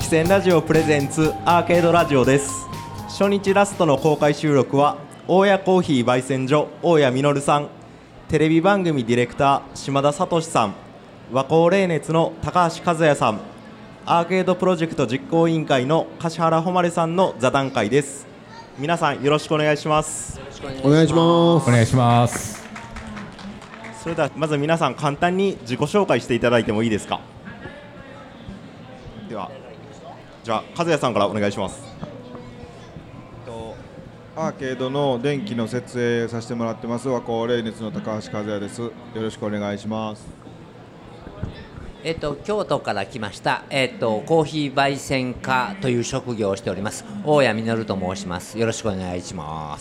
戦ラジオプレゼンツアーケードラジオです。初日ラストの公開収録は大谷コーヒー焙煎所大谷実さん、テレビ番組ディレクター島田聡さん、和光冷熱の高橋和也さん、アーケードプロジェクト実行委員会の樫原誉さんの座談会です。皆さんよろしくお願いします。 お願いします。 お願いします。 それではまず皆さん簡単に自己紹介していただいてもいいですか。ではじゃあ和也さんからお願いします。 アーケードの電気の設営させてもらってます和光冷熱の高橋和也です。よろしくお願いします。 京都から来ました、コーヒー焙煎家という職業をしております大谷実と申します。よろしくお願いします。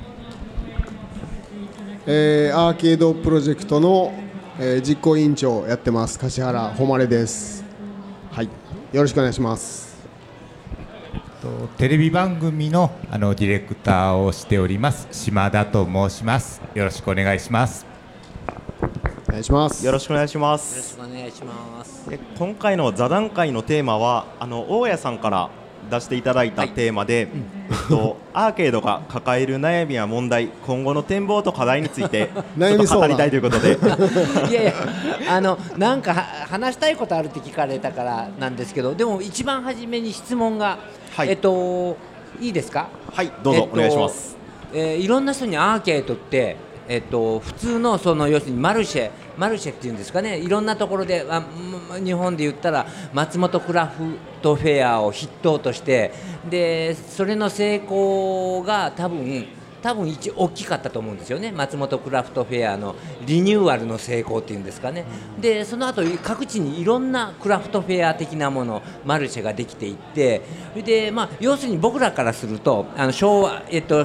アーケードプロジェクトの、実行委員長をやってます樫原誉です。はい、よろしくお願いします。 テレビ番組のディレクターをしております島田と申します。よろしくお願いします。 お願いします。 よろしくお願いします。 よろしくお願いします。 で今回の座談会のテーマは大谷さんから出していただいたテーマで、アーケードが抱える悩みや問題、今後の展望と課題についてちょっと語りたいということでいやいやなんか話したいことあるって聞かれたからなんですけど、でも一番初めに質問が、 はい、 いいですか。 はい、どうぞお願いします。 いろんな人にアーケードって普通の要するにマルシェっていうんですかね、いろんなところで日本で言ったら松本クラフトフェアを筆頭として、でそれの成功が多分大きかったと思うんですよね。松本クラフトフェアのリニューアルの成功っていうんですかね。でその後各地にいろんなクラフトフェア的なものマルシェができていって、で、要するに僕らからすると昭和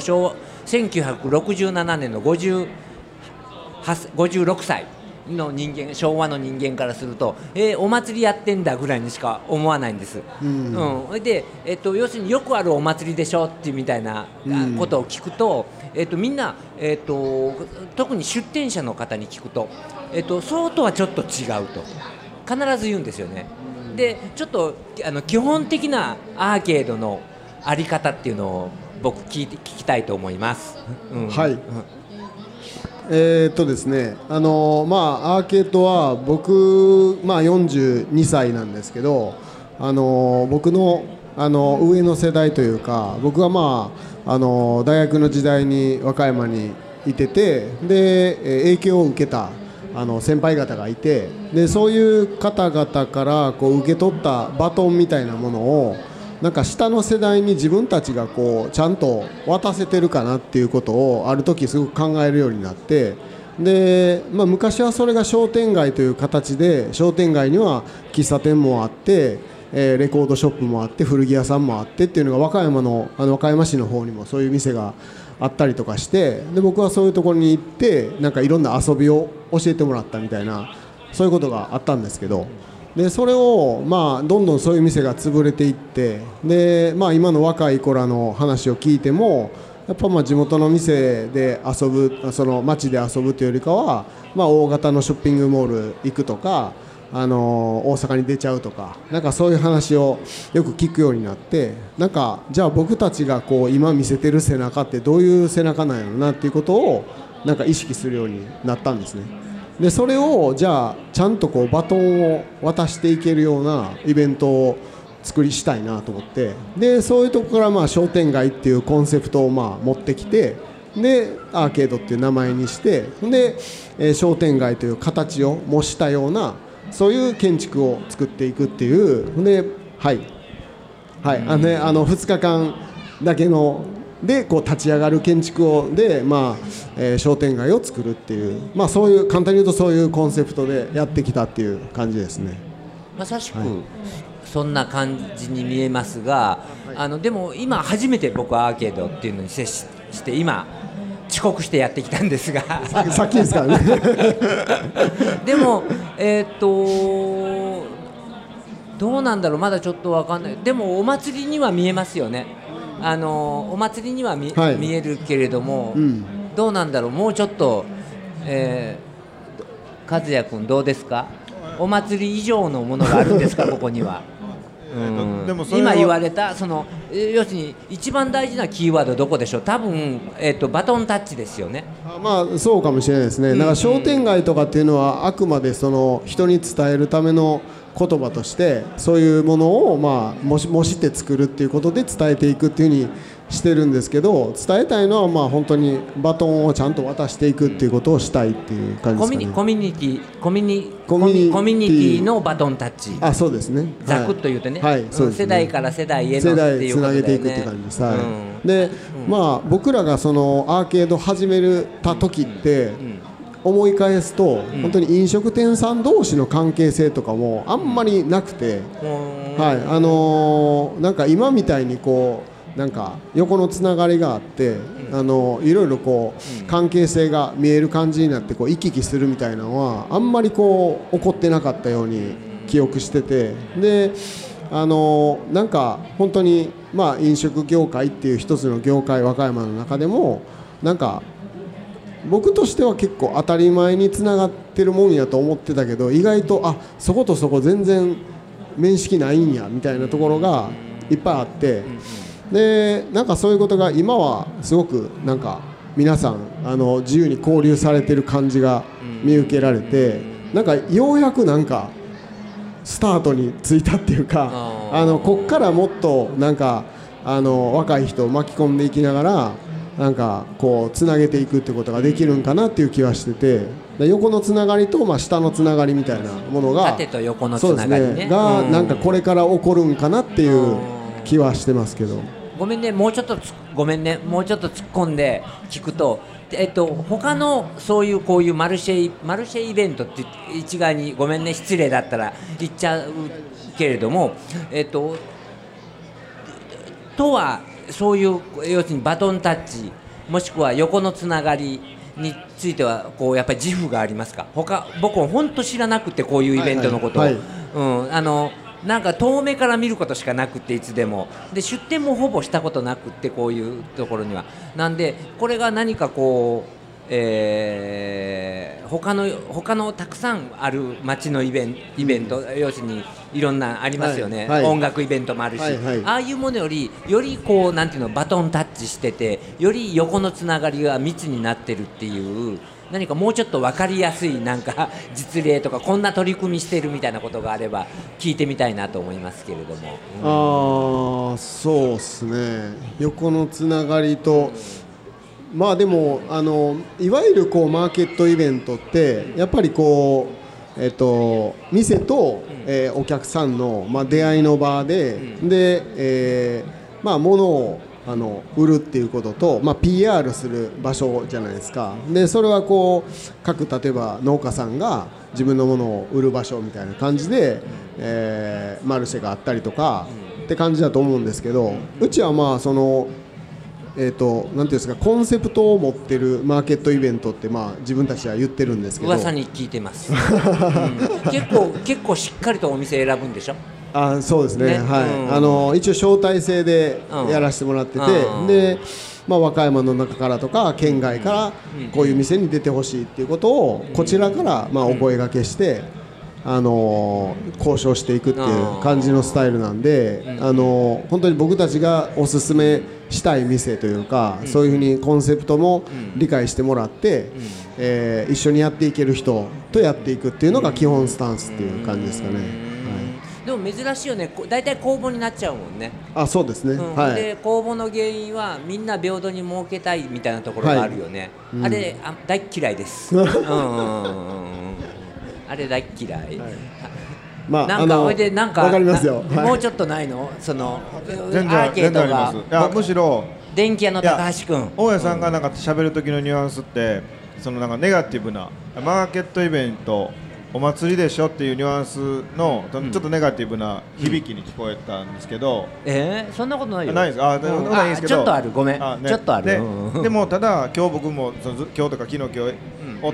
1967年の56歳の人間、昭和の人間からすると、お祭りやってんだぐらいにしか思わないんです。で、要するによくあるお祭りでしょっていうみたいなことを聞くと、みんな、特に出店者の方に聞くと、そうとはちょっと違うと必ず言うんですよね。でちょっと基本的なアーケードのあり方っていうのを僕聞きたいと思います。 はい、ですね、アーケードは僕、42歳なんですけど、僕の、上の世代というか、僕は、大学の時代に和歌山にいてて、で影響を受けた先輩方がいて、でそういう方々から受け取ったバトンみたいなものをなんか下の世代に自分たちがちゃんと渡せてるかなっていうことをある時すごく考えるようになって、で、昔はそれが商店街という形で、商店街には喫茶店もあって、レコードショップもあって、古着屋さんもあってっていうのが和歌山市の方にもそういう店があったりとかして、で僕はそういうところに行ってなんかいろんな遊びを教えてもらったみたいな、そういうことがあったんですけど、でそれをどんどんそういう店が潰れていって、で、今の若い子らの話を聞いてもやっぱ地元の店で遊ぶ、その街で遊ぶというよりかは、大型のショッピングモール行くとか、大阪に出ちゃうとか、なんかそういう話をよく聞くようになって、なんかじゃあ僕たちが今見せてる背中ってどういう背中なんやろなっていうことをなんか意識するようになったんですね。でそれをじゃあちゃんとバトンを渡していけるようなイベントをしたいなと思って、でそういうところから商店街っていうコンセプトを持ってきて、でアーケードっていう名前にして、で、商店街という形を模したようなそういう建築を作っていくっていう。で2日間だけので立ち上がる建築をで、商店街を作るっていう、そういう簡単に言うとそういうコンセプトでやってきたっていう感じですね。 まさしく、そんな感じに見えますが、でも今初めて僕はアーケードっていうのに接して今遅刻してやってきたんですがさっきですからねでもどうなんだろう、まだちょっと分かんない。でもお祭りには見えますよね。お祭りには見えるけれども、どうなんだろう、もうちょっと、和也君どうですか。お祭り以上のものがあるんですかここには。 うんでもそれは今言われたその要するに一番大事なキーワードどこでしょう。多分、バトンタッチですよね。 まあそうかもしれないですね。だから商店街とかっていうのはあくまでその人に伝えるための言葉としてそういうものをまあ模して作るっていうことで伝えていくっていうふうにしてるんですけど、伝えたいのはまあ本当にバトンをちゃんと渡していくっていうことをしたいっていう感じですかね。 コミュニティのバトンタッチ。 あ、そうですね。 ざくっと言うとね、 はい、そうですね。 世代から世代への世っていうことだよね。 代つなげていくって感じです。はい。で、まあ僕らがそのアーケード始めた時って思い返すと本当に飲食店さん同士の関係性とかもあんまりなくて、はい、なんか今みたいにこうなんか横のつながりがあっていろいろこう関係性が見える感じになってこう行き来するみたいなのはあんまりこう起こってなかったように記憶してて、でなんか本当にまあ飲食業界っていう一つの業界和歌山の中でもなんか僕としては結構当たり前につながってるもんやと思ってたけど、意外とそことそこ全然面識ないんやみたいなところがいっぱいあって、でなんかそういうことが今はすごくなんか皆さん自由に交流されてる感じが見受けられて、なんかようやくなんかスタートについたっていうか、こっからもっとなんか若い人を巻き込んでいきながらなんかこうつなげていくってことができるんかなっていう気はしてて、横のつながりとまあ下のつながりみたいなものが縦と横のつながりね、 がなんかこれから起こるんかなっていう気はしてますけど。 ごめんね、もうちょっと突っ込んで聞くと、他のそういうこういうマルシェイベントって一概にごめんね失礼だったら言っちゃうけれども、とはそういう要するにバトンタッチもしくは横のつながりについてはこうやっぱり自負がありますか。僕は本当知らなくてこういうイベントのことを、なんか遠目から見ることしかなくて、いつでもで出店もほぼしたことなくって、こういうところにはなんでこれが何かこう、他のたくさんある街のイベント、要するにいろんなありますよね、音楽イベントもあるし、ああいうものよりこうなんていうのバトンタッチしてて、より横のつながりが密になってるっていう、何かもうちょっと分かりやすいなんか実例とかこんな取り組みしてるみたいなことがあれば聞いてみたいなと思いますけれども。 そうですね、横のつながりと、まあでもいわゆるこうマーケットイベントってやっぱりこう店とお客さんのまあ出会いの場で、まあ物を売るっていうことと、まあ、PR する場所じゃないですか。でそれはこう各例えば農家さんが自分のものを売る場所みたいな感じで、マルシェがあったりとかって感じだと思うんですけど、うちはまあそのなんていうんですか、コンセプトを持ってるマーケットイベントってまあ自分たちは言ってるんですけど、 噂に聞いてます、結構しっかりとお店選ぶんでしょ。 そうですね、はい、一応招待制でやらせてもらってて、で、まあ、和歌山の中からとか県外からこういう店に出てほしいっていうことをこちらからまあお声掛けして、交渉していくっていう感じのスタイルなんで、本当に僕たちがおすすめしたい店というか、そういうふうにコンセプトも理解してもらって、一緒にやっていける人とやっていくっていうのが基本スタンスっていう感じですかね。 でも珍しいよね、大体公募になっちゃうもんね。 そうですね、 で公募の原因はみんな平等に儲けたいみたいなところがあるよね、あれ大嫌いですあれ大嫌い、 まあ、 なんかおいでなんかわかりますよ、 もうちょっとないの、その全然アーケードがあります。むしろ電気屋の高橋君、 大家さんがなんか喋る時のニュアンスって、そのなんかネガティブなマーケットイベントお祭りでしょっていうニュアンスのちょっとネガティブな響きに聞こえたんですけど、 そんなことないよ。 ないですか。ないですけど、 ちょっとある、ごめん、ちょっとある。 でもただ今日僕も今日とか昨日おって、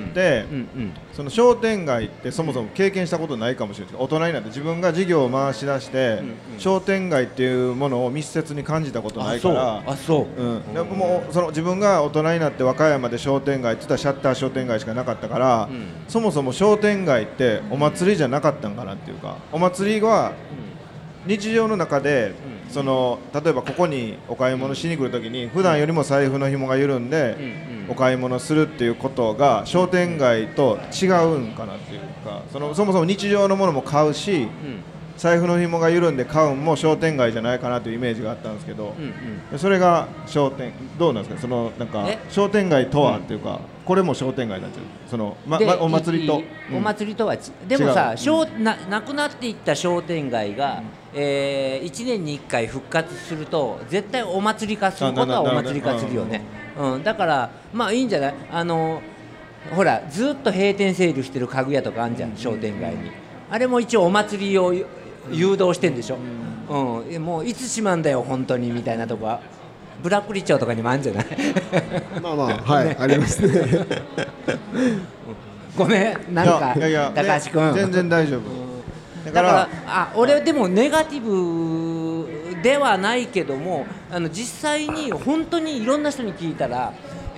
その商店街ってそもそも経験したことないかもしれないですけど、大人になって自分が事業を回し出して、商店街っていうものを密接に感じたことないから、でもその自分が大人になって和歌山で商店街って言ったらシャッター商店街しかなかったから、そもそも商店街ってお祭りじゃなかったんかなっていうか、お祭りは日常の中で、その例えばここにお買い物しに来るときに普段よりも財布の紐が緩んでお買い物するっていうことが商店街と違うんかなっていうか、そもそも日常のものも買うし、財布の紐が緩んで買うんも商店街じゃないかなというイメージがあったんですけど、それがどうなんですか、そのなんか商店街とはっていうか、これも商店街なんですよ、その、お祭りと、 お祭りとはでもさ、なくなっていった商店街が、1年に1回復活すると絶対お祭り化することはお祭り化するよね。だからまあいいんじゃない。ほらずっと閉店セールしてる家具屋とかあるじゃん、商店街に。あれも一応お祭りを誘導してんでしょ。もういつしまんだよ本当にみたいなとこはブラックリ町とかにもあるんじゃない。 まあまあはいありますね。 ごめんなんか高橋君全然大丈夫。 だから俺でもネガティブではないけども、実際に本当にいろんな人に聞いたら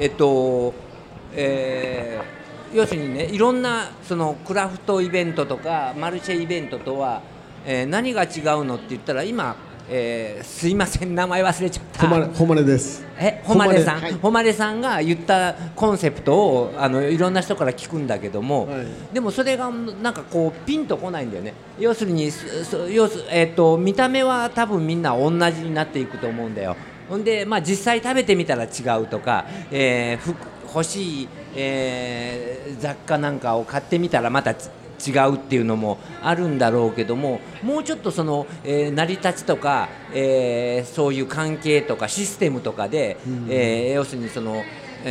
要するにね、いろんなそのクラフトイベントとかマルシェイベントとは、何が違うのって言ったら今、すいません名前忘れちゃった。 誉れです。 誉さん、 はい、 誉さんが言ったコンセプトをいろんな人から聞くんだけども、でもそれがなんかこうピンとこないんだよね。要するに見た目は多分みんな同じになっていくと思うんだよ。ほんで、実際食べてみたら違うとか、欲しい、雑貨なんかを買ってみたらまた違うっていうのもあるんだろうけども、もうちょっとその、成り立ちとか、そういう関係とかシステムとかで、要するにその、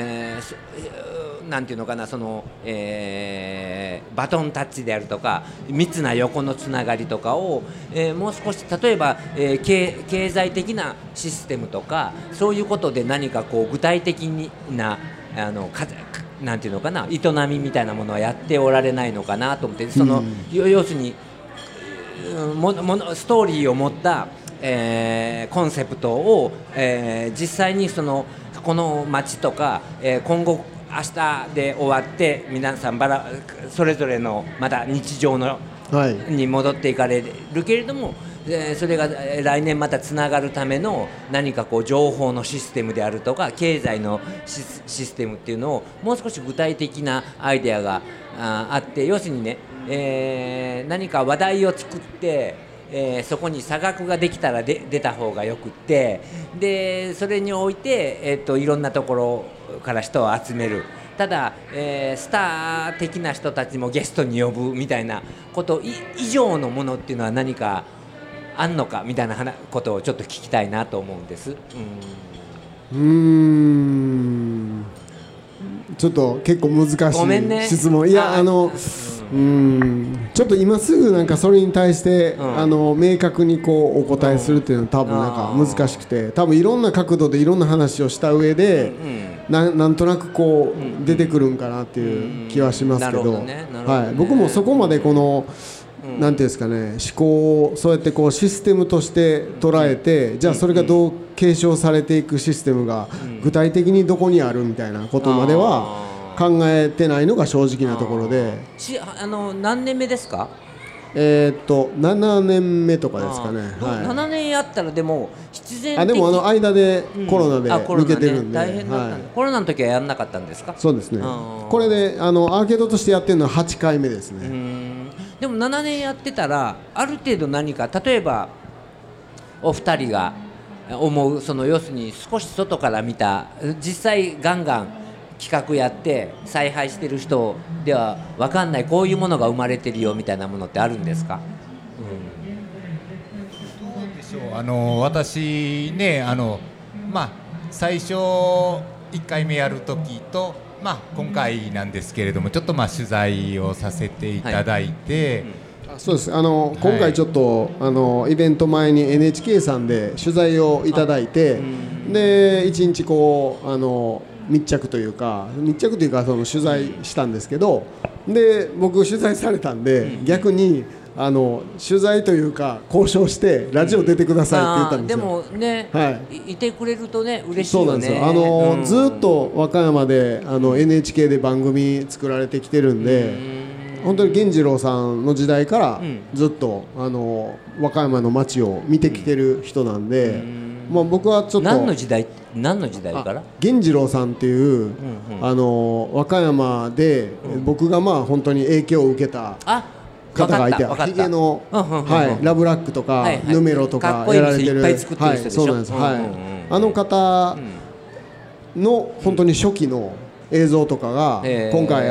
なんていうのかな、その、バトンタッチであるとか密な横のつながりとかを、もう少し例えば、経済的なシステムとかそういうことで何かこう具体的ななんていうのかな、営みみたいなものはやっておられないのかなと思って、その、要するにストーリーを持った、コンセプトを、実際にこの街とか、今後明日で終わって皆さんそれぞれのまた日常の、に戻っていかれるけれども、それが来年またつながるための何かこう情報のシステムであるとか経済のシステムっていうのをもう少し具体的なアイデアがあって、要するにね、何か話題を作って、そこに差額ができたら出た方がよくって、でそれにおいて、いろんなところから人を集める。ただ、スター的な人たちもゲストに呼ぶみたいなこと以上のものっていうのは何かあんのかみたいなことをちょっと聞きたいなと思うんです。 ちょっと結構難しいごめんね。 質問。いやちょっと今すぐなんかそれに対して、明確にこうお答えするっていうのは多分なんか難しくて、多分いろんな角度でいろんな話をした上で、なんとなくこう出てくるんかなっていう気はしますけど、僕もそこまでこのなんていうんですかね、思考をそうやってこうシステムとして捉えて、じゃあそれがどう継承されていくシステムが具体的にどこにあるみたいなことまでは考えてないのが正直なところで。 何年目ですか ？7年目とかですかね。 7年やったらでも必然的でも間でコロナで抜けてるんで、 大変だったんで、コロナの時はやらなかったんですか？ そうですね。これでアーケードとしてやってるのは8回目ですね。 でも7年やってたらある程度何か、例えばお二人が思う要するに少し外から見た、実際ガンガン企画やって采配してる人では分かんないこういうものが生まれてるよみたいなものってあるんですか？ どうでしょう。私ね、最初1回目やる時と、今回なんですけれども、ちょっと取材をさせていただいて、 そうです。今回ちょっとイベント前に NHK さんで取材をいただいて、で1日こう密着というかその取材したんですけど、で僕取材されたんで、逆に取材というか交渉してラジオ出てくださいって言ったんですよ。 でもね、いてくれるとね嬉しいそうよね。 なんですよ。ずっと和歌山でNHK で番組作られてきてるんで、 本当に源次郎さんの時代からずっと和歌山の街を見てきてる人なんで、まあ、僕はちょっと何の時代から源次郎さんっていう和歌山で僕がまあ本当に影響を受けた方がいて、ヒゲのラブラックとかヌメロとかやられてる、そうなんです、あの方の本当に初期の映像とかが今回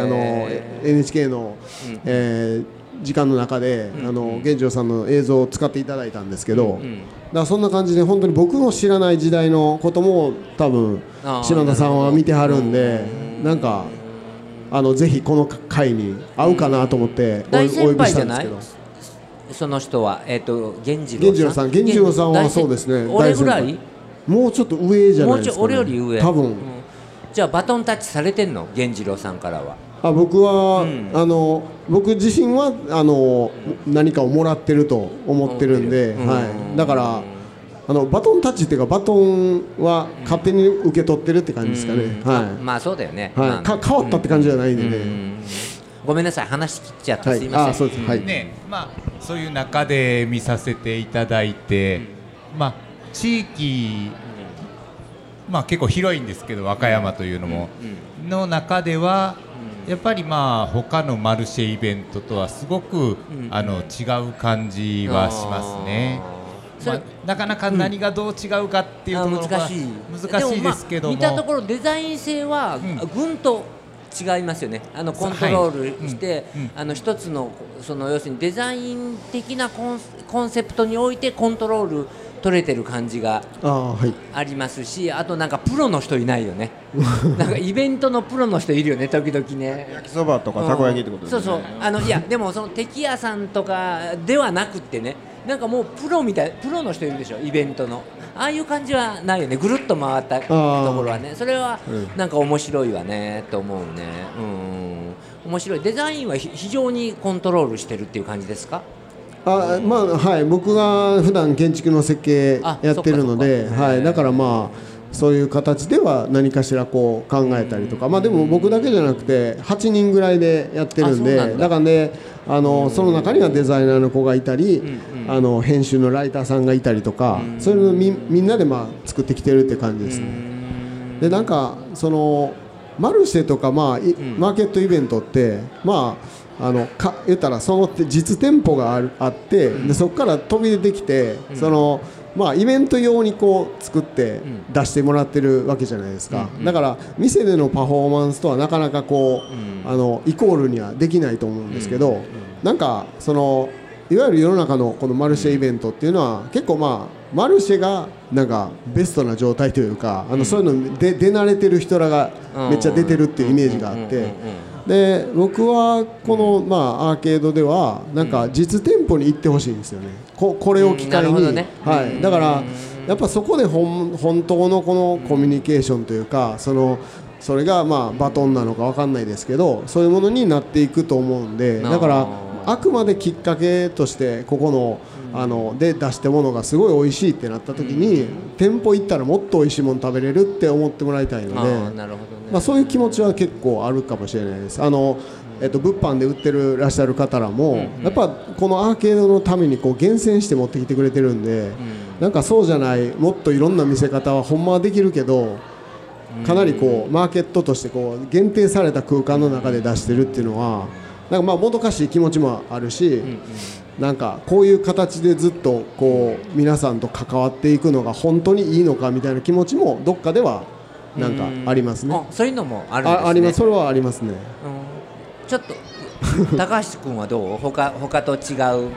NHK の時間の中で源次郎さんの映像を使っていただいたんですけど、だからそんな感じで本当に僕の知らない時代のことも多分島田さんは見てはるんで、なんかぜひこの回に合うかなと思ってお呼びしたんですけど。 その人は源次郎さんはそうですね、 俺ぐらいもうちょっと上じゃないですかね。 俺より上多分。 じゃあバトンタッチされてんの源次郎さんからは。 僕は、僕自身は何かをもらってると思ってるんで、だからバトンタッチっていうかバトンは勝手に受け取ってるって感じですかね。 まあそうだよね、 変わったって感じじゃないんでね。 ごめんなさい、話切っちゃってすいません。 そういう中で見させていただいて、地域結構広いんですけど、和歌山というのもの中ではやっぱり他のマルシェイベントとはすごく違う感じはしますね。なかなか何がどう違うかっていうところが難しいですけども、 見たところデザイン性はぐんと違いますよね。コントロールして一つの要するにデザイン的なコンセプトにおいてコントロール取れてる感じがありますし、あとなんかプロの人いないよね。なんかイベントのプロの人いるよね、時々ね。 焼きそばとかたこ焼きってことですね。 そうそう、いやでもその敵屋さんとかではなくってね、なんかもうプロの人いるでしょ、イベントの。ああいう感じはないよね、ぐるっと回ったところはね。それはなんか面白いわねと思うね。面白い。デザインは非常にコントロールしてるっていう感じですか？ 僕が普段建築の設計やってるので、だからそういう形では何かしらこう考えたりとか、でも僕だけじゃなくて8人ぐらいでやってるんで、だからねその中にはデザイナーの子がいたり、編集のライターさんがいたりとか、そういうのをみんなで作ってきてるって感じですね。でなんかマルシェとかマーケットイベントって言ったらその実店舗があって、でそこから飛び出てきて、イベント用にこう作って出してもらってるわけじゃないですか。だから店でのパフォーマンスとはなかなかこうイコールにはできないと思うんですけど、なんかいわゆる世の中のこのマルシェイベントっていうのは結構マルシェがなんかベストな状態というか、そういうので出慣れてる人らがめっちゃ出てるっていうイメージがあって、で僕はこのアーケードではなんか実店舗に行ってほしいんですよね。これを機会に、だからやっぱそこで本当のこのコミュニケーションというか、それがバトンなのか分かんないですけど、そういうものになっていくと思うんで、だからあくまできっかけとしてここので出したものがすごい美味しいってなった時に、店舗行ったらもっと美味しいもの食べれるって思ってもらいたいので、そういう気持ちは結構あるかもしれないです。物販で売ってらっしゃる方らも、やっぱこのアーケードのためにこう厳選して持ってきてくれてるんで、なんかそうじゃないもっといろんな見せ方はほんまはできるけど、かなりこうマーケットとしてこう限定された空間の中で出してるっていうのは、なんかもどかしい気持ちもあるし、なんかこういう形でずっとこう皆さんと関わっていくのが本当にいいのかみたいな気持ちもどっかではなんかありますね。 そういうのもあるんですね。 あります。それはありますね。 ちょっと高橋君はどう？他と違う、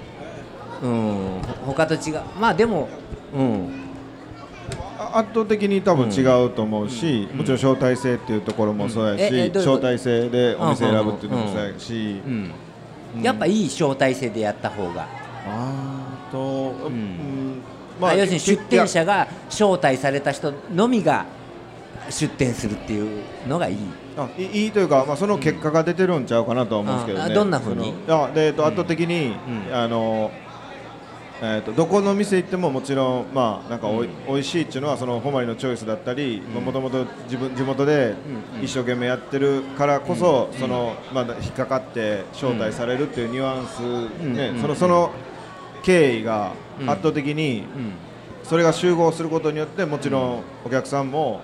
他と違う。でも、 圧倒的に多分違うと思うし、もちろん招待制っていうところもそうやし、招待制でお店選ぶっていうのもそうやし、 やっぱいい招待制でやった方が。要するに出店者が招待された人のみが出店するっていうのがいい。 いいというか、その結果が出てるんちゃうかなとは思うんですけどね。 どんなふうに？ 圧倒的に、 どこの店行ってももちろんまあなんかおいしいっていうのはそのホマリのチョイスだったり、もともと地元で一生懸命やってるからこそ、そのまだ引っかかって招待されるっていうニュアンスね、その経緯が圧倒的にそれが集合することによって、もちろんお客さんも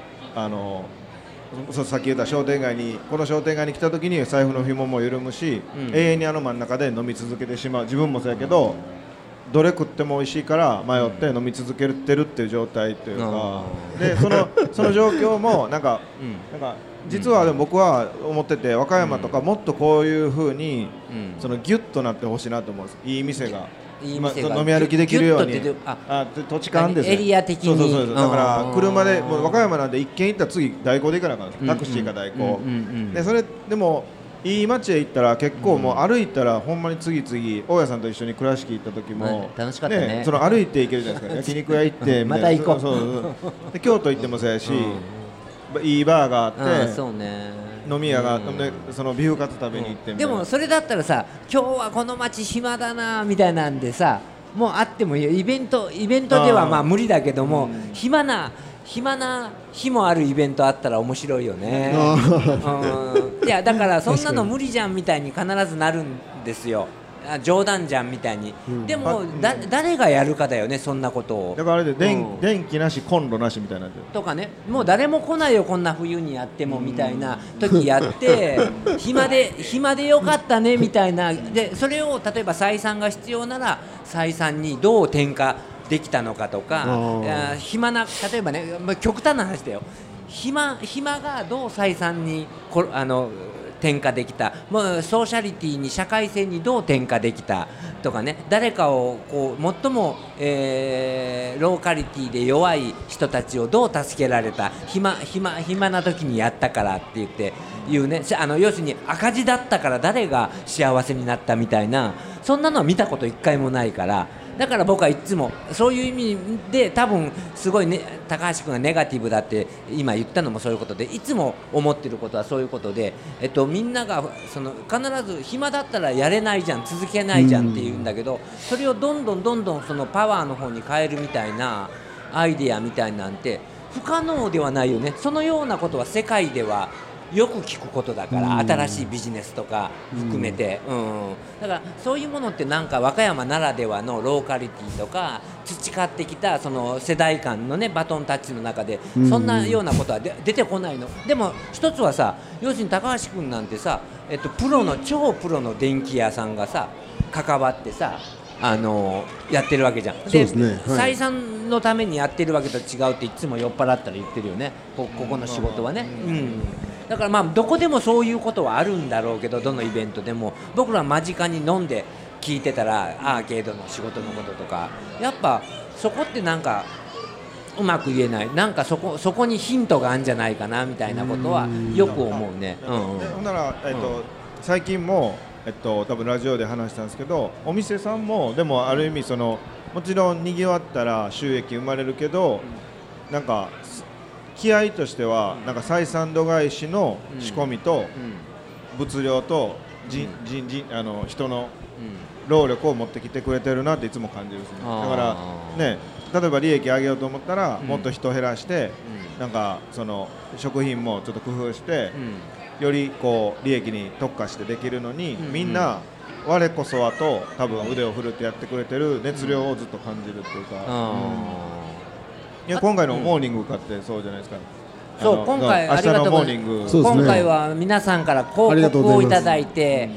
さっき言った商店街にこの商店街に来た時に財布の紐も緩むし、永遠に真ん中で飲み続けてしまう。自分もそうやけど、どれ食っても美味しいから迷って飲み続けてるっていう状態というか、でその状況もなんか実はでも僕は思ってて、和歌山とかもっとこういう風にそのギュッとなってほしいなと思うんです。いい店が飲み歩きできるように、土地勘ですね、 エリア的に。 そうだから車でもう和歌山なんで一軒行ったら次代行で行かなあかんです。タクシーか代行で、それでもいい街へ行ったら結構もう歩いたらほんまに次々、大家さんと一緒に倉敷行った時も楽しかったね。 その歩いて行けるじゃないですか。焼肉屋行ってまた行こう。 で京都行ってもそうやし、いいバーがあって、 そうね、 飲み屋があって、そのビーフカツ食べに行ってみたいな。 でもそれだったらさ、今日はこの街暇だなみたいなんでさ、もうあってもいい。イベントではまあ無理だけども、暇な日もあるイベントあったら面白いよね。いやだからそんなの無理じゃんみたいに必ずなるんですよ。冗談じゃんみたいに。でも誰がやるかだよね、そんなことを。 だからあれで電気なしコンロなしみたいなとかね、もう誰も来ないよこんな冬にやってもみたいな時やって暇でよかったねみたいな。でそれを例えば採算が必要なら採算にどう転嫁できたのかとか、例えばね、極端な話だよ、暇がどう採算に転嫁できた、もうソーシャリティに社会性にどう転嫁できたとかね、誰かをこう最も、ローカリティで弱い人たちをどう助けられた、暇な時にやったからって言っていうね、要するに赤字だったから誰が幸せになったみたいな、そんなのは見たこと一回もないから。だから僕はいつもそういう意味で多分すごい、ね、高橋君がネガティブだって今言ったのもそういうことで、いつも思ってることはそういうことで、みんなが必ず暇だったらやれないじゃん、続けないじゃんって言うんだけど、それをどんどんそのパワーの方に変えるみたいなアイデアみたいなんて不可能ではないよね。そのようなことは世界ではよく聞くことだから、新しいビジネスとか含めて、だからそういうものってなんか和歌山ならではのローカリティとか培ってきたその世代間のねバトンタッチの中でそんなようなことは出てこないの。でも一つはさ、要するに高橋君なんてさ、超プロの電気屋さんがさ関わってさやってるわけじゃん。で、採算のためにやってるわけと違うっていつも酔っ払ったら言ってるよね、ここの仕事はね。だからまあどこでもそういうことはあるんだろうけど、どのイベントでも僕ら間近に飲んで聞いてたらアーケードの仕事のこととか、やっぱそこってなんかうまく言えない、なんかそこにヒントがあるんじゃないかなみたいなことはよく思うね。 ほんなら、最近も多分ラジオで話したんですけど、お店さんもでもある意味もちろん賑わったら収益生まれるけど、なんか気合としてはなんか採算度外視の仕込みと物量と人の労力を持ってきてくれてるなっていつも感じるんですね。だからね、例えば利益上げようと思ったらもっと人減らして、なんか食品もちょっと工夫して、よりこう利益に特化してできるのに、みんな我こそはと多分腕を振るってやってくれてる熱量をずっと感じるっていうか、いや今回のモーニングかってそうじゃないですか。 そう今回明日のモーニング、 今回は皆さんから広告をいただいて、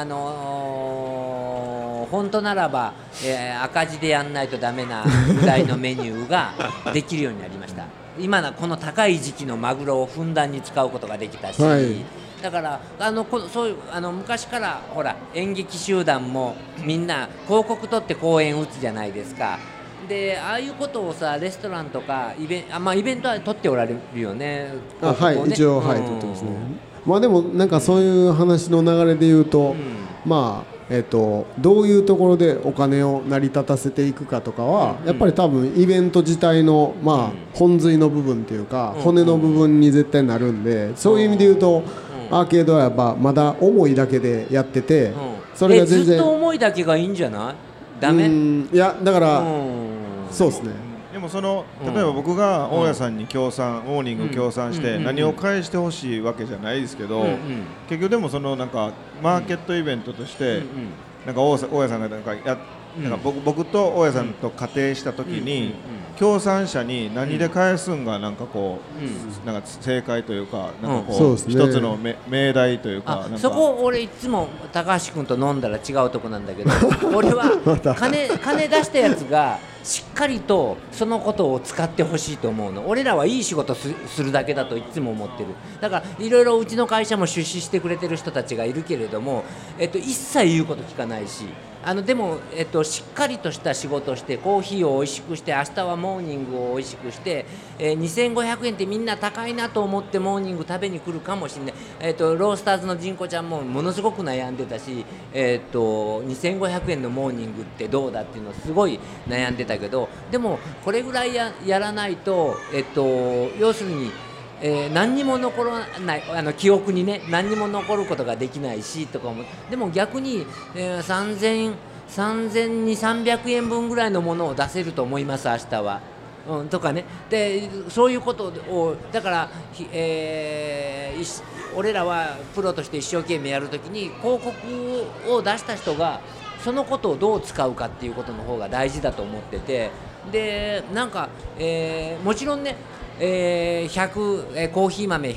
本当ならば、赤字でやんないとダメなぐらいのメニューができるようになりました。今のこの高い時期のマグロをふんだんに使うことができたし、だからそういう昔からほら演劇集団もみんな広告取って公演打つじゃないですか。でああいうことをさ、レストランとかイベントは取っておられるよね。 はい、一応取ってますね。まあでもなんかそういう話の流れで言うと、まあどういうところでお金を成り立たせていくかとかは、やっぱり多分イベント自体のまあ本髄の部分っていうか、骨の部分に絶対なるんで、そういう意味で言うとアーケードはやっぱまだ思いだけでやってて、それが全然ずっと思いだけがいいんじゃない？ ダメ？ いやだからそうですね。 でも例えば僕が大家さんに協賛、モーニング協賛して何を返してほしいわけじゃないですけど、結局でもなんかマーケットイベントとしてなんか大家さんがなんか僕と大家さんと仮定したときに協賛者に何で返すんがなんかこうなんか正解というかなんかこう一つの命題というか、 そこ俺いつも高橋君と飲んだら違うとこなんだけど俺は金出したやつがしっかりとそのことを使ってほしいと思うの。俺らはいい仕事するだけだといつも思ってる。だからいろいろうちの会社も出資してくれてる人たちがいるけれども、一切言うこと聞かないし、でも、しっかりとした仕事をしてコーヒーを美味しくして、明日はモーニングを美味しくして、2500円ってみんな高いなと思ってモーニング食べに来るかもしれない、ロースターズのジンコちゃんもものすごく悩んでたし、2500円のモーニングってどうだっていうのをすごい悩んでたけど、でもこれぐらい やらないと、要するに何にも残らない記憶にね何にも残ることができないしとかも。でも逆に、3200円分ぐらいのものを出せると思います明日は、とかね。でそういうことをだから、俺らはプロとして一生懸命やるときに広告を出した人がそのことをどう使うかっていうことの方が大事だと思ってて、でなんか、もちろんね100、コーヒー豆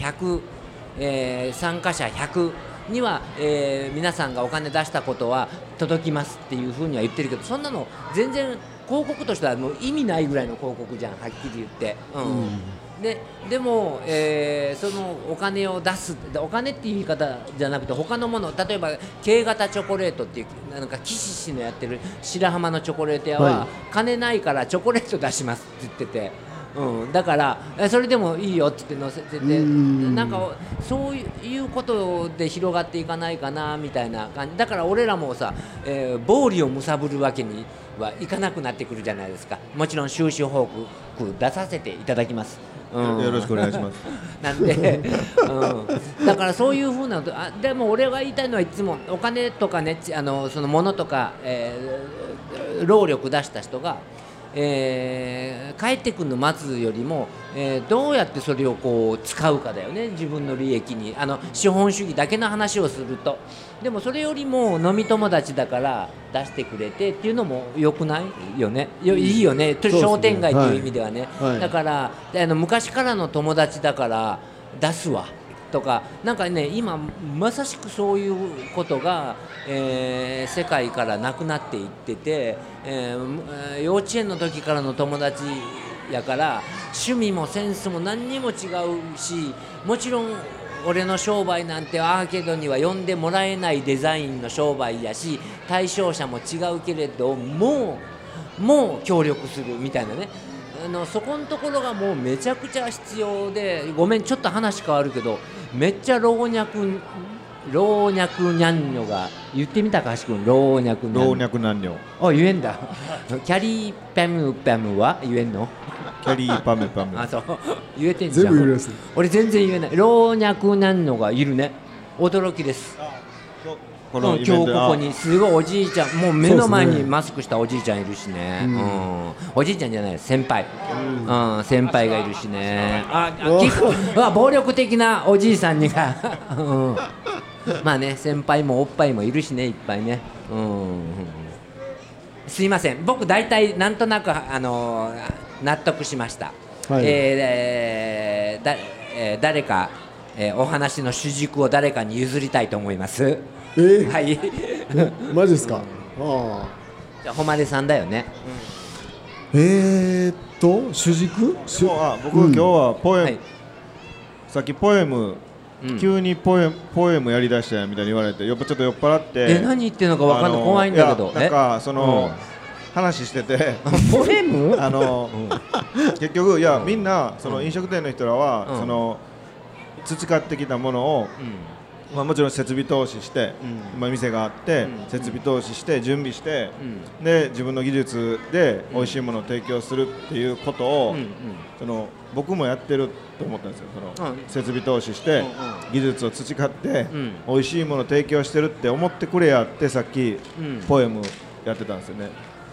100、参加者100には、皆さんがお金出したことは届きますっていうふうには言ってるけど、そんなの全然広告としてはもう意味ないぐらいの広告じゃん、はっきり言って、でも、そのお金を出す、お金っていう言い方じゃなくて他のもの、例えばK型チョコレートっていうなんか岸氏のやってる白浜のチョコレート屋は、金ないからチョコレート出しますって言ってて、だからそれでもいいよって載せてて、なんかそういうことで広がっていかないかなみたいな感じだから、俺らもさ、暴利を貪るわけにはいかなくなってくるじゃないですか。もちろん収支報告出させていただきます、 よろしくお願いしますなんで、だからそういうふうなでも俺が言いたいのはいつもお金とかね、そのものとか、労力出した人が帰ってくるの待つよりも、どうやってそれをこう使うかだよね、自分の利益に。資本主義だけの話をすると、でもそれよりも飲み友達だから出してくれてっていうのも良くないよね、いいよね、商店街という意味ではね、だから昔からの友達だから出すわとか、なんかね今まさしくそういうことが、世界からなくなっていってて、幼稚園の時からの友達やから趣味もセンスも何にも違うし、もちろん俺の商売なんてアーケードには呼んでもらえないデザインの商売やし、対象者も違うけれどもう協力するみたいなね、そこのところがもうめちゃくちゃ必要で、ごめんちょっと話変わるけど、めっちゃ老若にゃんにょが言ってみたかしくん、老若男女言えんだキャリーパムパムは言えんの？ キャリーパムパムそう言えてんじゃん。 全部言えますね。 俺全然言えない。老若男女がいるね、驚きです。今日ここにすごいおじいちゃん、もう目の前にマスクしたおじいちゃんいるしね、おじいちゃんじゃない先輩、先輩がいるしね、結構暴力的なおじいさんにがまあね、先輩もおっぱいもいるしね、いっぱいね、すいません、僕大体なんとなく納得しました、誰か、お話の主軸を誰かに譲りたいと思います。はいマジですか。 じゃあ誉さんだよね。 主軸？ 僕今日はポエム、さっきポエム、急にポエムやりだしたみたいに言われて、ちょっと酔っ払って、 何言ってるのか分かんない、怖いんだけど、 なんか話しててポエム結局みんな飲食店の人らは培ってきたものを、もちろん設備投資して、店があって、設備投資して準備して、で自分の技術で美味しいものを提供するっていうことを、僕もやってると思ったんですよ。設備投資して、技術を培って、美味しいものを提供してるって思ってくれやって、さっき、ポエムやってたんですよね。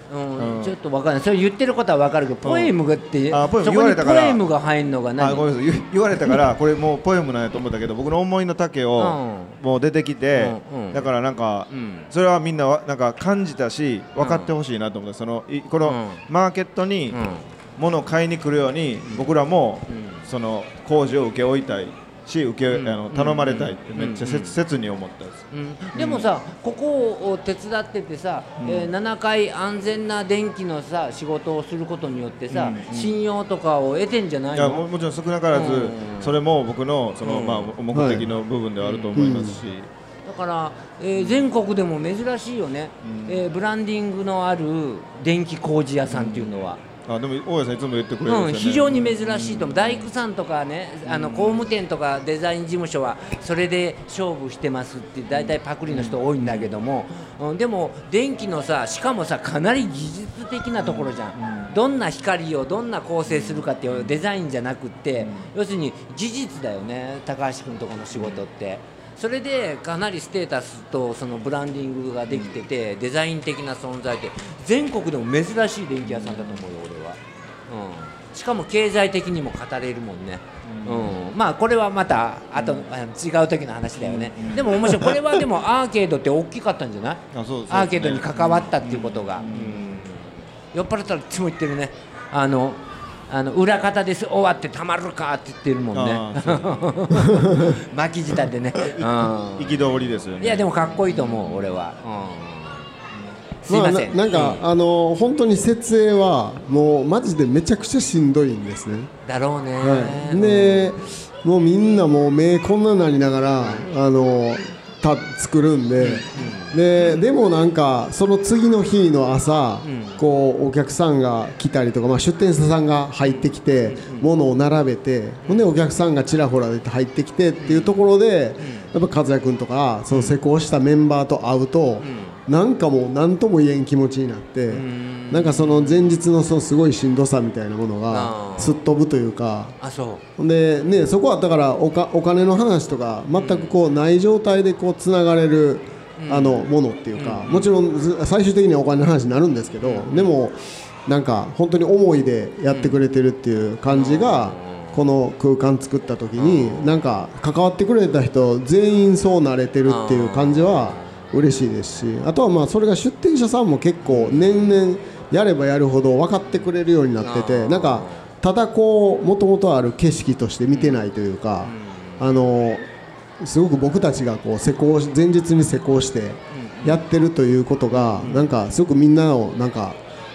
ちょっとわかんない。それ言ってることはわかるけど、ポエムがってポエムそこにポエムが入るのが何？ ごめんなさい、言われたからこれもうポエムなんやと思ったけど、僕の思いの丈をもう出てきて、だからなんかそれはみんななんか感じたし分かってほしいなと思って、このマーケットに物を買いに来るように僕らもその工事を請け負いたいし、頼まれたいってめっちゃ切に思ったんです。 でもさ、ここを手伝っててさ、7回安全な電気のさ仕事をすることによってさ、信用とかを得てんじゃないの？ いや、もちろん少なからずそれも僕のその目的の部分ではあると思いますし、 だから、全国でも珍しいよね、ブランディングのある電気工事屋さんっていうのは。 でも大家さんいつも言ってくれるんですよね。 非常に珍しいと思う。大工さんとかね、工務店とかデザイン事務所はそれで勝負してますって大体パクリの人多いんだけども、でも電気のさ、しかもさかなり技術的なところじゃん、どんな光をどんな構成するかっていうデザインじゃなくって、要するに技術だよね、高橋君とこの仕事って。それでかなりステータスとそのブランディングができてて、デザイン的な存在で全国でも珍しい電気屋さんだと思うよ俺は、しかも経済的にも語れるもんね、まあこれはまたあと違う時の話だよね、でも面白い。これはでもアーケードって大きかったんじゃない？アーケードに関わったっていうことが、酔っ払ったらいつも言ってるね、裏方です終わってたまるかって言ってるもんね巻き舌でね、 憤りですよね。 いやでもかっこいいと思う俺は、すいません、 なんか、本当に設営はもうマジでめちゃくちゃしんどいんですね。 だろうね、 でもうみんなもう目こんなになりながら作るんで、でもなんかその次の日の朝、こうお客さんが来たりとか、出店者さんが入ってきて物を並べて、ほんでお客さんがちらほらで入ってきてっていうところで、やっぱ和也君とかその施工したメンバーと会うと、なんかもう何とも言えん気持ちになって、なんかその前日のそのすごいしんどさみたいなものがすっ飛ぶというか、ほんでね、そこはだからお金の話とか全くこうない状態でこうつながれるものっていうか、もちろん最終的にはお金の話になるんですけど、でもなんか本当に思いでやってくれてるっていう感じが、この空間作った時になんか関わってくれた人全員そうなれてるっていう感じは嬉しいですし、あとはまあそれが出店者さんも結構年々やればやるほど分かってくれるようになってて、なんかただこうもともとある景色として見てないというか、すごく僕たちがこう前日に施工してやってるということが、なんかすごくみんなをなんか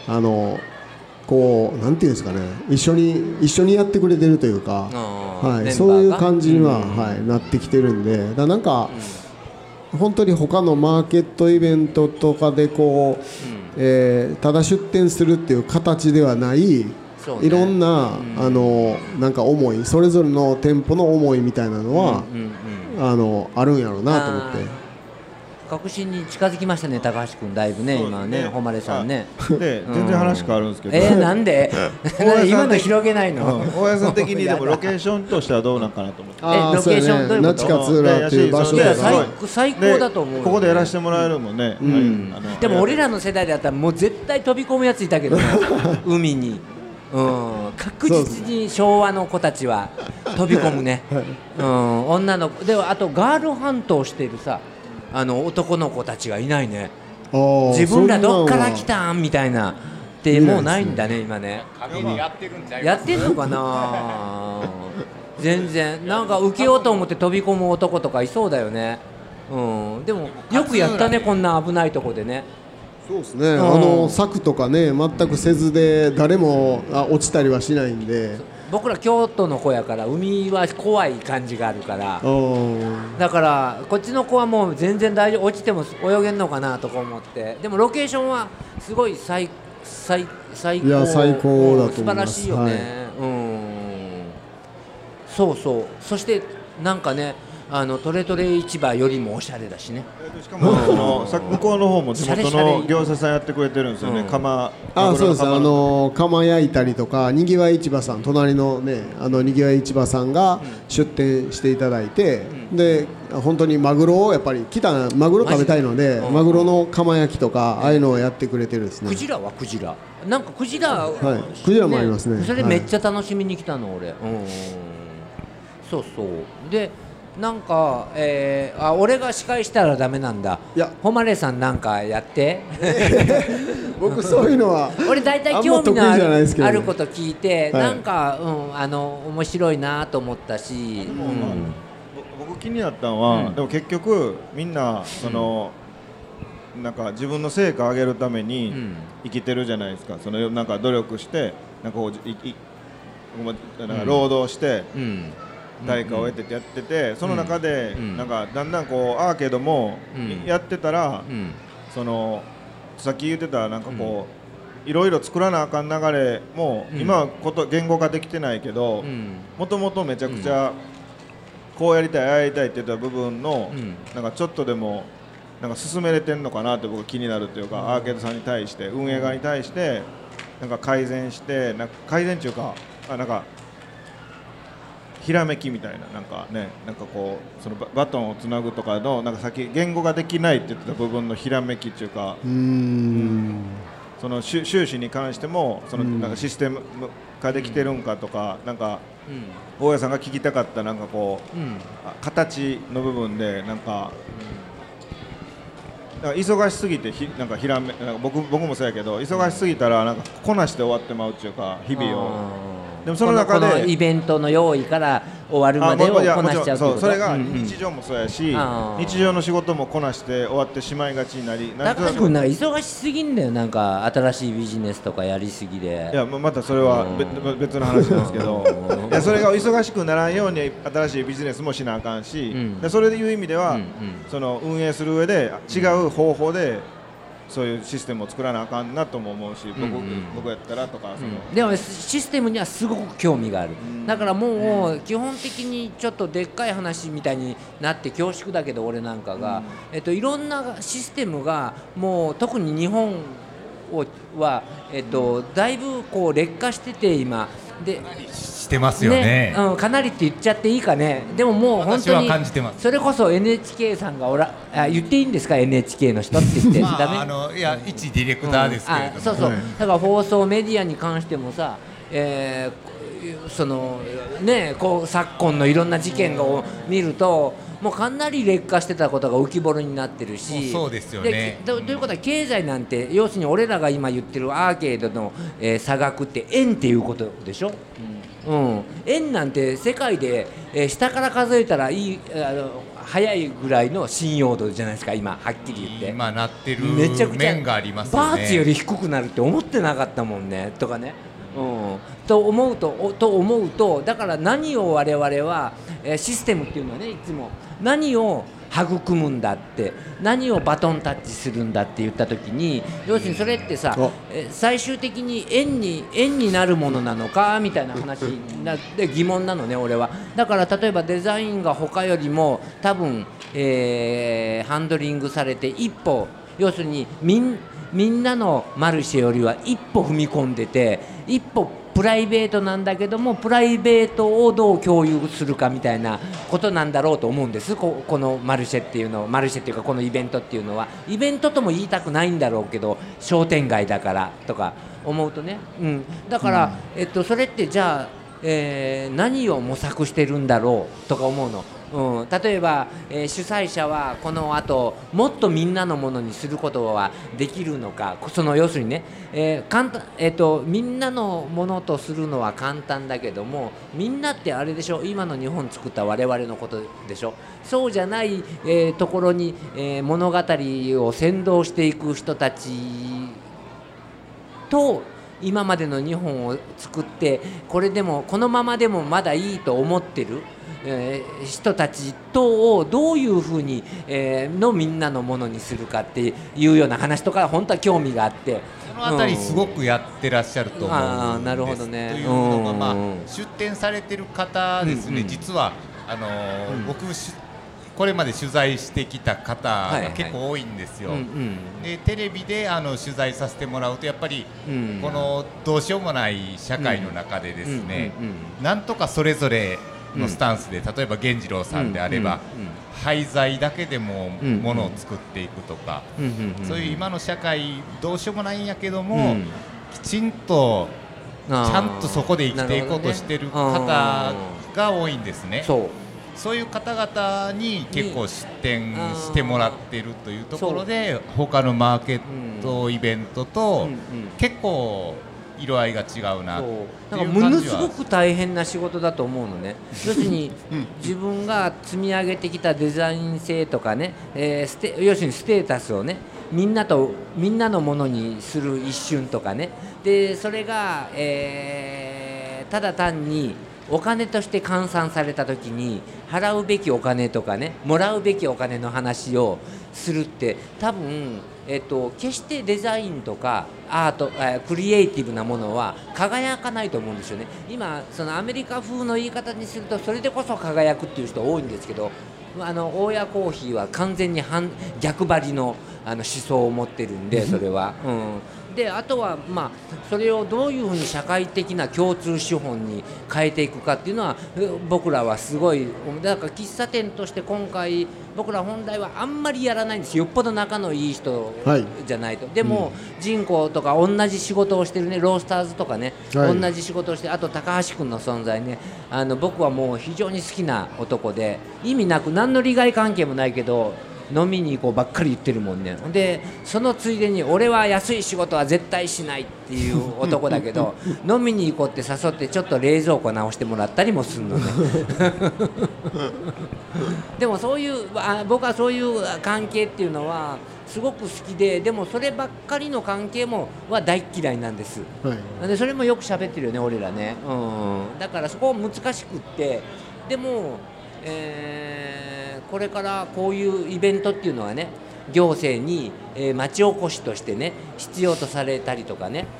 こうなんていうんですかね、一緒にやってくれてるというか、そういう感じには、なってきてるんで、なんか本当に他のマーケットイベントとかでこう、ただ出店するっていう形ではない、いろんななんか思い、それぞれの店舗の思いみたいなのはあるんやろうなと思って。 確信に近づきましたね、高橋君だいぶね、今ね、誉さんね。 で全然話変わるんですけど、 なんで今の広げないの？ 大家さん的にでもロケーションとしてはどうなんかなと思って。 ロケーションどういうこと？ 那智勝浦っていう場所で最高だと思う。 ここでやらせてもらえるもんね。 でも俺らの世代だったらもう絶対飛び込むやついたけどね海に。確実に昭和の子たちは飛び込むね、女の子では、あとガールハントをしているさ男の子たちがいないね。自分らどっから来たんみたいなってもうないんだね今ね。やってんのかな全然なんか受けようと思って飛び込む男とかいそうだよね。でもよくやったね、こんな危ないとこでね。 そうですね、柵とかね全くせずで誰も落ちたりはしないんで、 僕ら京都の子やから海は怖い感じがあるから、だからこっちの子はもう全然大丈夫、落ちても泳げんのかなとか思って。でもロケーションはすごい最高、 いや最高だと思います。 素晴らしいよね、そうそう。そしてなんかね、トレトレ市場よりもおしゃれだしね。 しかも向こうの方も地元の業者さんやってくれてるんですよね。 そうです。釜焼いたりとか、にぎわい市場さん、隣のねにぎわい市場さんが出店していただいて、で本当にマグロをやっぱり来たマグロ食べたいので、マグロの釜焼きとかああいうのをやってくれてるですね。 クジラはクジラなんかクジラ、 はい、クジラもありますね。 それめっちゃ楽しみに来たの俺、そうそうでなんか、俺が司会したらダメなんだ。 いや誉さんなんかやって僕そういうのは俺大体興味のあること聞いて、 はい、 なんか、面白いなと思ったし、 僕気になったのは、でも結局みんなその、なんか自分の成果を上げるために生きてるじゃないですか。そのなんか努力してなんかこうなんか労働して、対価を得ててやってて、その中でなんかだんだんこうアーケードもやってたら、そのさっき言ってたなんかこういろいろ作らなあかん流れも今は言語化できてないけど、もともとめちゃくちゃこうやりたいああやりたいって言った部分のなんかちょっとでもなんか進めれてんのかなって僕気になるというか、アーケードさんに対して運営側に対してなんか改善してなんか改善っていうかなんかひらめきみたいななんかねなんかこうそのバトンをつなぐとかのなんか先言語ができないって言ってた部分のひらめきっていうか、その収支に関してもそのなんかシステム化できてるんかとか、なんか大家さんが聞きたかったなんかこう形の部分でなんか忙しすぎてなんかなんか僕もそうやけど忙しすぎたらなんかこなして終わってまうっていうか日々を。でもその中でこのイベントの用意から終わるまでをこなしちゃうってこと。 それが日常もそうやし、日常の仕事もこなして終わってしまいがちになり、 高橋君なんか忙しすぎんだよ。なんか新しいビジネスとかやりすぎで。 いやまたそれは別の話なんですけどいやそれが忙しくならんように新しいビジネスもしなあかんし、それでいう意味ではその運営する上で違う方法でそういうシステムを作らなあかんなとも思うし、僕やったらとかでもシステムにはすごく興味がある。だからもう基本的にちょっとでっかい話みたいになって恐縮だけど俺なんかが、いろんなシステムがもう特に日本は、だいぶこう劣化してて今でしてますよね。 かなりって言っちゃっていいかね。でももう本当にそれこそ NHK さんが言っていいんですか NHK の人って言ってダメ。 いや一ディレクターですけれども、 そうだから放送メディアに関してもさ、そのねこう昨今のいろんな事件を見るともうかなり劣化してたことが浮き彫りになってるし、 そうですよね。 ということは経済なんて要するに俺らが今言ってるアーケードの、差額って円っていうことでしょ。円なんて世界で、下から数えたらいい早いぐらいの信用度じゃないですか今はっきり言って。 今なってるめちゃくちゃ面がありますよね。 バーツより低くなるって思ってなかったもんねとかね。と思うとだから何を我々は、システムっていうのはねいつも何を育むんだって何をバトンタッチするんだって言った時に要するにそれってさ最終的に円になるものなのかみたいな話になって疑問なのね俺は。だから例えばデザインが他よりも多分、ハンドリングされて一歩要するにみんなのマルシェよりは一歩踏み込んでて一歩プライベートなんだけどもプライベートをどう共有するかみたいなことなんだろうと思うんです。このマルシェっていうかこのイベントっていうのはイベントとも言いたくないんだろうけど商店街だからとか思うとね、だから、それってじゃあ、何を模索してるんだろうとか思うの。例えば、主催者はこの後もっとみんなのものにすることはできるのか。その要するにね、みんなのものとするのは簡単だけどもみんなってあれでしょ今の日本作った我々のことでしょ。そうじゃない、ところに、物語を先導していく人たちと今までの日本を作ってこのままでもまだいいと思ってる人たちとをどういうふうに、みんなのものにするかっていうような話とか本当は興味があってそのあたりすごくやってらっしゃると思うんです。 なるほどね。 というのが、出展されてる方ですね、実は僕これまで取材してきた方が結構多いんですよ。でテレビで取材させてもらうとやっぱり、このどうしようもない社会の中でですね、なんとかそれぞれのスタンスで、例えば源次郎さんであれば、廃材だけでもものを作っていくとか、そういう今の社会どうしようもないんやけども、きちんとちゃんとそこで生きていこうとしてる方が多いんですね。そういう方々に結構出展してもらってるというところで、他のマーケットイベントと結構色合いが違うなっていう感じは。 なんかものすごく大変な仕事だと思うのね。要するに自分が積み上げてきたデザイン性とかね、要するにステータスをね、みんなのものにする一瞬とかね、でそれが、ただ単にお金として換算された時に払うべきお金とかね、もらうべきお金の話をするって多分、決してデザインとかアート、クリエイティブなものは輝かないと思うんですよね。今そのアメリカ風の言い方にするとそれでこそ輝くっていう人多いんですけど、大谷コーヒーは完全に逆張りの思想を持ってるんで、それは、であとは、それをどういうふうに社会的な共通資本に変えていくかっていうのは僕らはすごい、だから喫茶店として今回僕ら本来はあんまりやらないんです。よっぽど仲のいい人じゃないと、でも、人口とか同じ仕事をしてるね、ロースターズとかね、同じ仕事をして、あと高橋君の存在ね、僕はもう非常に好きな男で、意味なく何の利害関係もないけど飲みに行こうばっかり言ってるもんね。でそのついでに俺は安い仕事は絶対しないっていう男だけど飲みに行こうって誘ってちょっと冷蔵庫直してもらったりもするのねでもそういう僕はそういう関係っていうのはすごく好きで、でもそればっかりの関係は大嫌いなんです、でそれもよく喋ってるよね俺らね、だからそこ難しくって、でもこれからこういうイベントっていうのはね、行政に、町おこしとしてね必要とされたりとかね、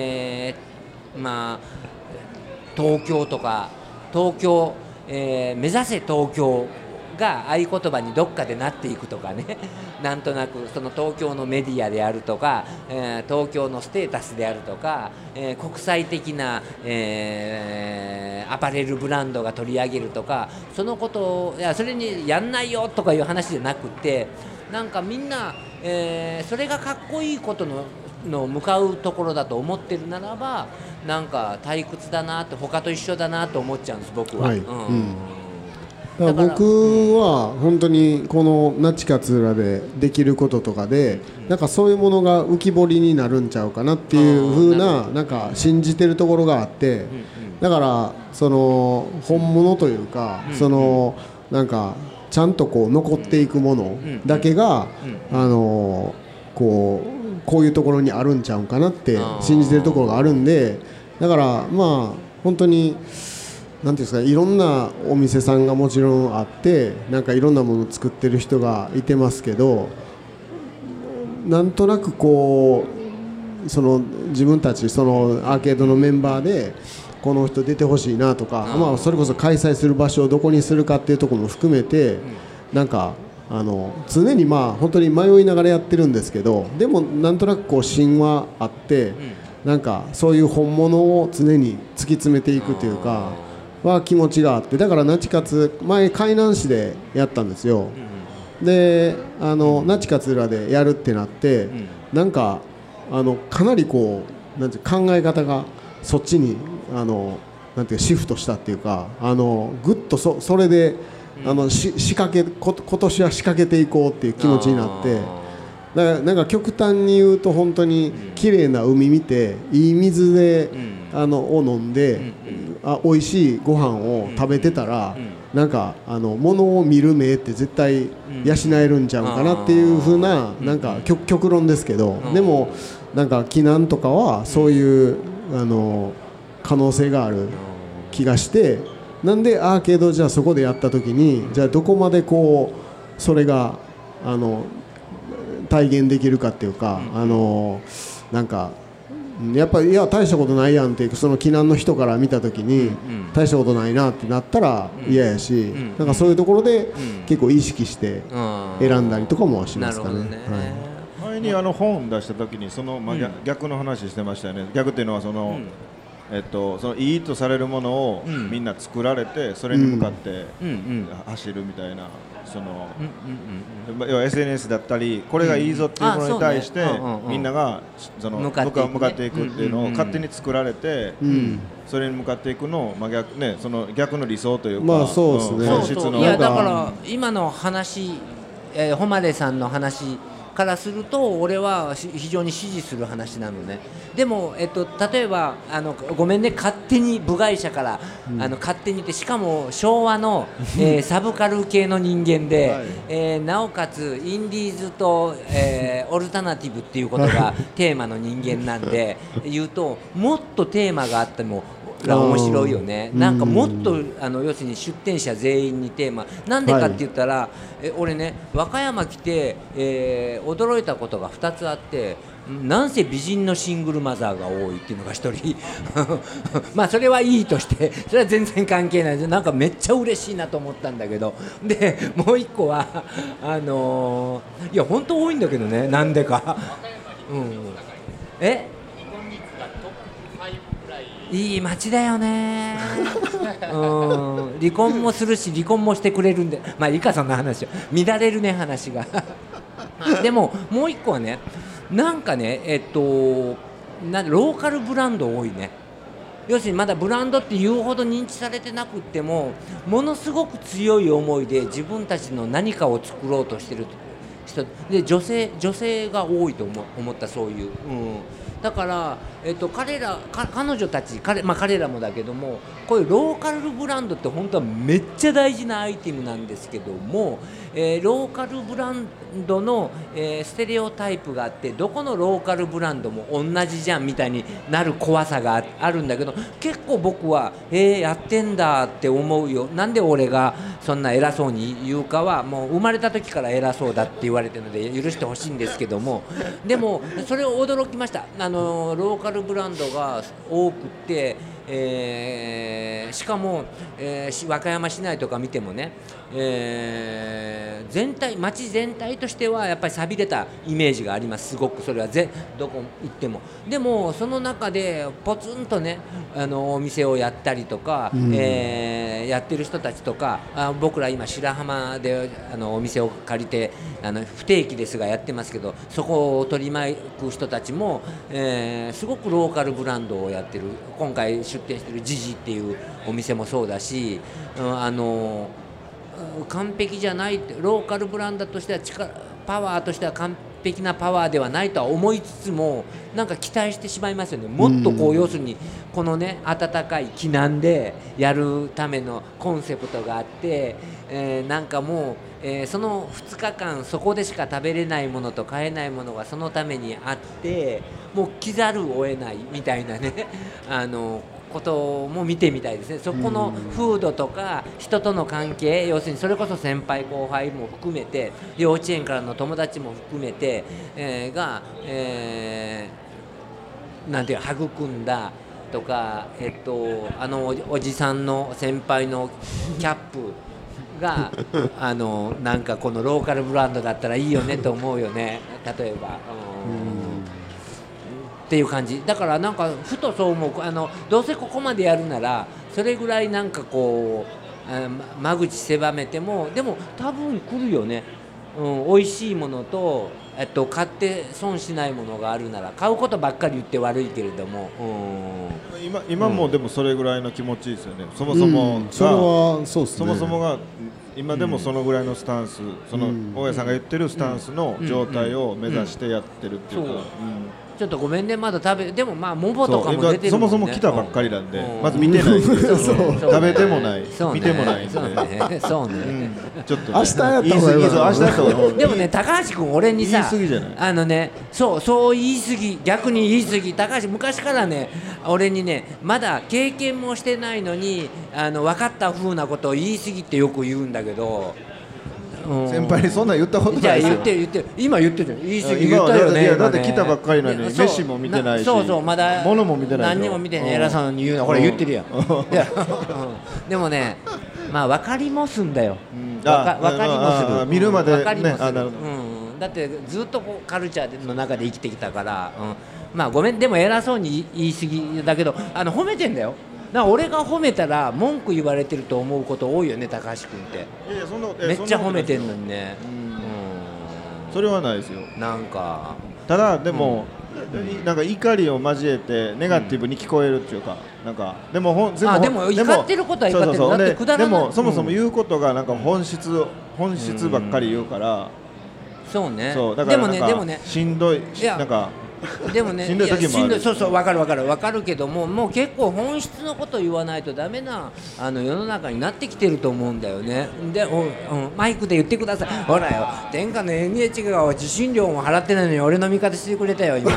東京とか目指せ東京が合言葉にどっかでなっていくとかねなんとなくその東京のメディアであるとか、東京のステータスであるとか、国際的な、アパレルブランドが取り上げるとか、そのことをそれにやんないよとかいう話じゃなくて、なんかみんな、それがかっこいいことの向かうところだと思ってるならば、なんか退屈だなって、他と一緒だなと思っちゃうんです僕は。 だから僕は本当にこの那智勝浦でできることとかで、なんかそういうものが浮き彫りになるんちゃうかなっていう風な、なんか信じてるところがあって、だからその本物というか、そのなんかちゃんとこう残っていくものだけがこういうところにあるんちゃうかなって信じてるところがあるんで、だから本当になんていうんですか、いろんなお店さんがもちろんあって、なんかいろんなものを作ってる人がいてますけど、なんとなくこうその自分たちそのアーケードのメンバーでこの人出てほしいなとか、それこそ開催する場所をどこにするかっていうところも含めて、なんか常に本当に迷いながらやってるんですけど、でもなんとなくこう芯はあって、なんかそういう本物を常に突き詰めていくというかは気持ちがあって、だから那智勝前海南市でやったんですよ。で那智勝浦でやるってなって、なんかかなりこうなんて考え方がそっちになんていうシフトしたっていうか、ぐっとそれで今年は仕掛けていこうっていう気持ちになって、だからなんか極端に言うと本当に綺麗な海見ていい水でを飲んで、美味しいご飯を食べてたら、なんか物を見る目って絶対養えるんちゃうかなっていう風な、なんか極論ですけど、でもなんか避難とかはそういう可能性がある気がして、なんでアーケードじゃあそこでやった時に、じゃあどこまでこうそれが体現できるかっていうか、なんかやっぱり大したことないやんっていう、その避難の人から見た時に大したことないなってなったら嫌やし、なんかそういうところで結構意識して選んだりとかもしますかね。 前に本出した時にその逆の話してましたよね。逆っていうのはそのそのいいとされるものをみんな作られて、それに向かって走るみたいな、その要は SNS だったりこれがいいぞっていうものに対してみんながその向かっていくっていうのを勝手に作られて、それに向かっていくのをその逆の理想というか、 そうですね。 本質のいやだから今の話、誉さんの話からすると俺は非常に支持する話なのね。でも、例えばごめんね、勝手に部外者から、勝手に言って、しかも昭和の、サブカル系の人間で、なおかつインディーズと、オルタナティブっていうことがテーマの人間なんで言うと、もっとテーマがあっても面白いよね。なんかもっと要するに出展者全員にテーマなんでかって言ったら、俺ね和歌山来て、驚いたことが2つあって、なんせ美人のシングルマザーが多いっていうのが1人まあそれはいいとして、それは全然関係ないです。なんかめっちゃ嬉しいなと思ったんだけど、でもう1個はいや本当多いんだけどね、なんでかいい街だよね離婚もするし離婚もしてくれるんで、まあいいかそんな話は乱れるね話がでももう一個はね、なんかねローカルブランド多いね。要するにまだブランドっていうほど認知されてなくっても、ものすごく強い思いで自分たちの何かを作ろうとしてる人で、女性が多いと思った。そういう、だから、彼女たち彼らもだけども、こういうローカルブランドって本当はめっちゃ大事なアイテムなんですけども、ローカルブランドの、ステレオタイプがあって、どこのローカルブランドも同じじゃんみたいになる怖さがあるんだけど、結構僕はやってんだって思うよ。なんで俺がそんな偉そうに言うかは、もう生まれた時から偉そうだって言われてるので許してほしいんですけども、でもそれを驚きました。ローカルブランドが多くて、しかも、和歌山市内とか見てもね、街全体としてはやっぱり寂れたイメージがあります。すごくそれはどこ行っても。でもその中でポツンとねお店をやったりとか、やってる人たちとか、僕ら今白浜でお店を借りて不定期ですがやってますけど、そこを取り巻く人たちも、すごくローカルブランドをやってる。今回出店してるジジっていうお店もそうだし、完璧じゃないって、ローカルブランドとしてはパワーとしては完璧なパワーではないとは思いつつも、なんか期待してしまいますよね。もっとこう、要するにこのね温かい気難でやるためのコンセプトがあって、なんかもう、その2日間そこでしか食べれないものと買えないものがそのためにあって、もう来ざるを得ないみたいなねことも見てみたいですね。そこの風土とか人との関係、要するにそれこそ先輩後輩も含めて、幼稚園からの友達も含めて、なんていう育んだとか、おじさんの先輩のキャップがなんかこのローカルブランドだったらいいよねと思うよね。例えばっていう感じだから、なんかふとそう思う。どうせここまでやるならそれぐらいなんかこう間口狭めても、でも多分来るよね。美味しいものと、買って損しないものがあるなら買うことばっかり言って悪いけれども、 今もでもそれぐらいの気持ちですよね。そもそもが、そもそもが今でもそのぐらいのスタンス、その大家さんが言ってるスタンスの状態を目指してやってるっていうか、 ちょっとごめんね、まだでもまあ桃とかも出てるもんね。 そもそも来たばっかりなんで、まず見てないんで、食べてもない、見てもないんで、 そうね、 ちょっと明日やった方がいい。 明日やった方がいい。 でもね、高橋君俺にさ、 言い過ぎじゃない？ そう言い過ぎ、逆に言い過ぎ。高橋昔からね、俺にね、まだ経験もしてないのに分かった風なことを言い過ぎってよく言うんだけど。 先輩にそんな言ったことないですよ。 じゃあ言って今言ってるじゃん。言い過ぎ言ったよね。 だって来たばっかりなのに飯も見てないし、 まだ物も見てない。 何にも見てない。偉そうに言うの、これ言ってるやん。でもね、まあ分かりもすんだよ。分かりもする。 見るまでね。 だってずっとこうカルチャーの中で生きてきたから、まあごめん、でも偉そうに言い過ぎだけど褒めてんだよ。だから俺が褒めたら文句言われてると思うこと多いよね、高橋君って。めっちゃ褒めてんのにね。 それはないですよ。 なんかただでも、なんか怒りを交えてネガティブに聞こえるっていうか、なんかでも怒ってることは怒ってる。だってくだらない。 でもそもそも言うことがなんか本質ばっかり言うから、 そうね。 だからでもねしんどい、なんかでもね、 しんどい時もある。 そう分かるけどもう結構本質のことを言わないとダメな世の中になってきてると思うんだよね。で、マイクで言ってください。ほらよ、天下の NHK が受信料も払ってないのに俺の味方してくれたよ今。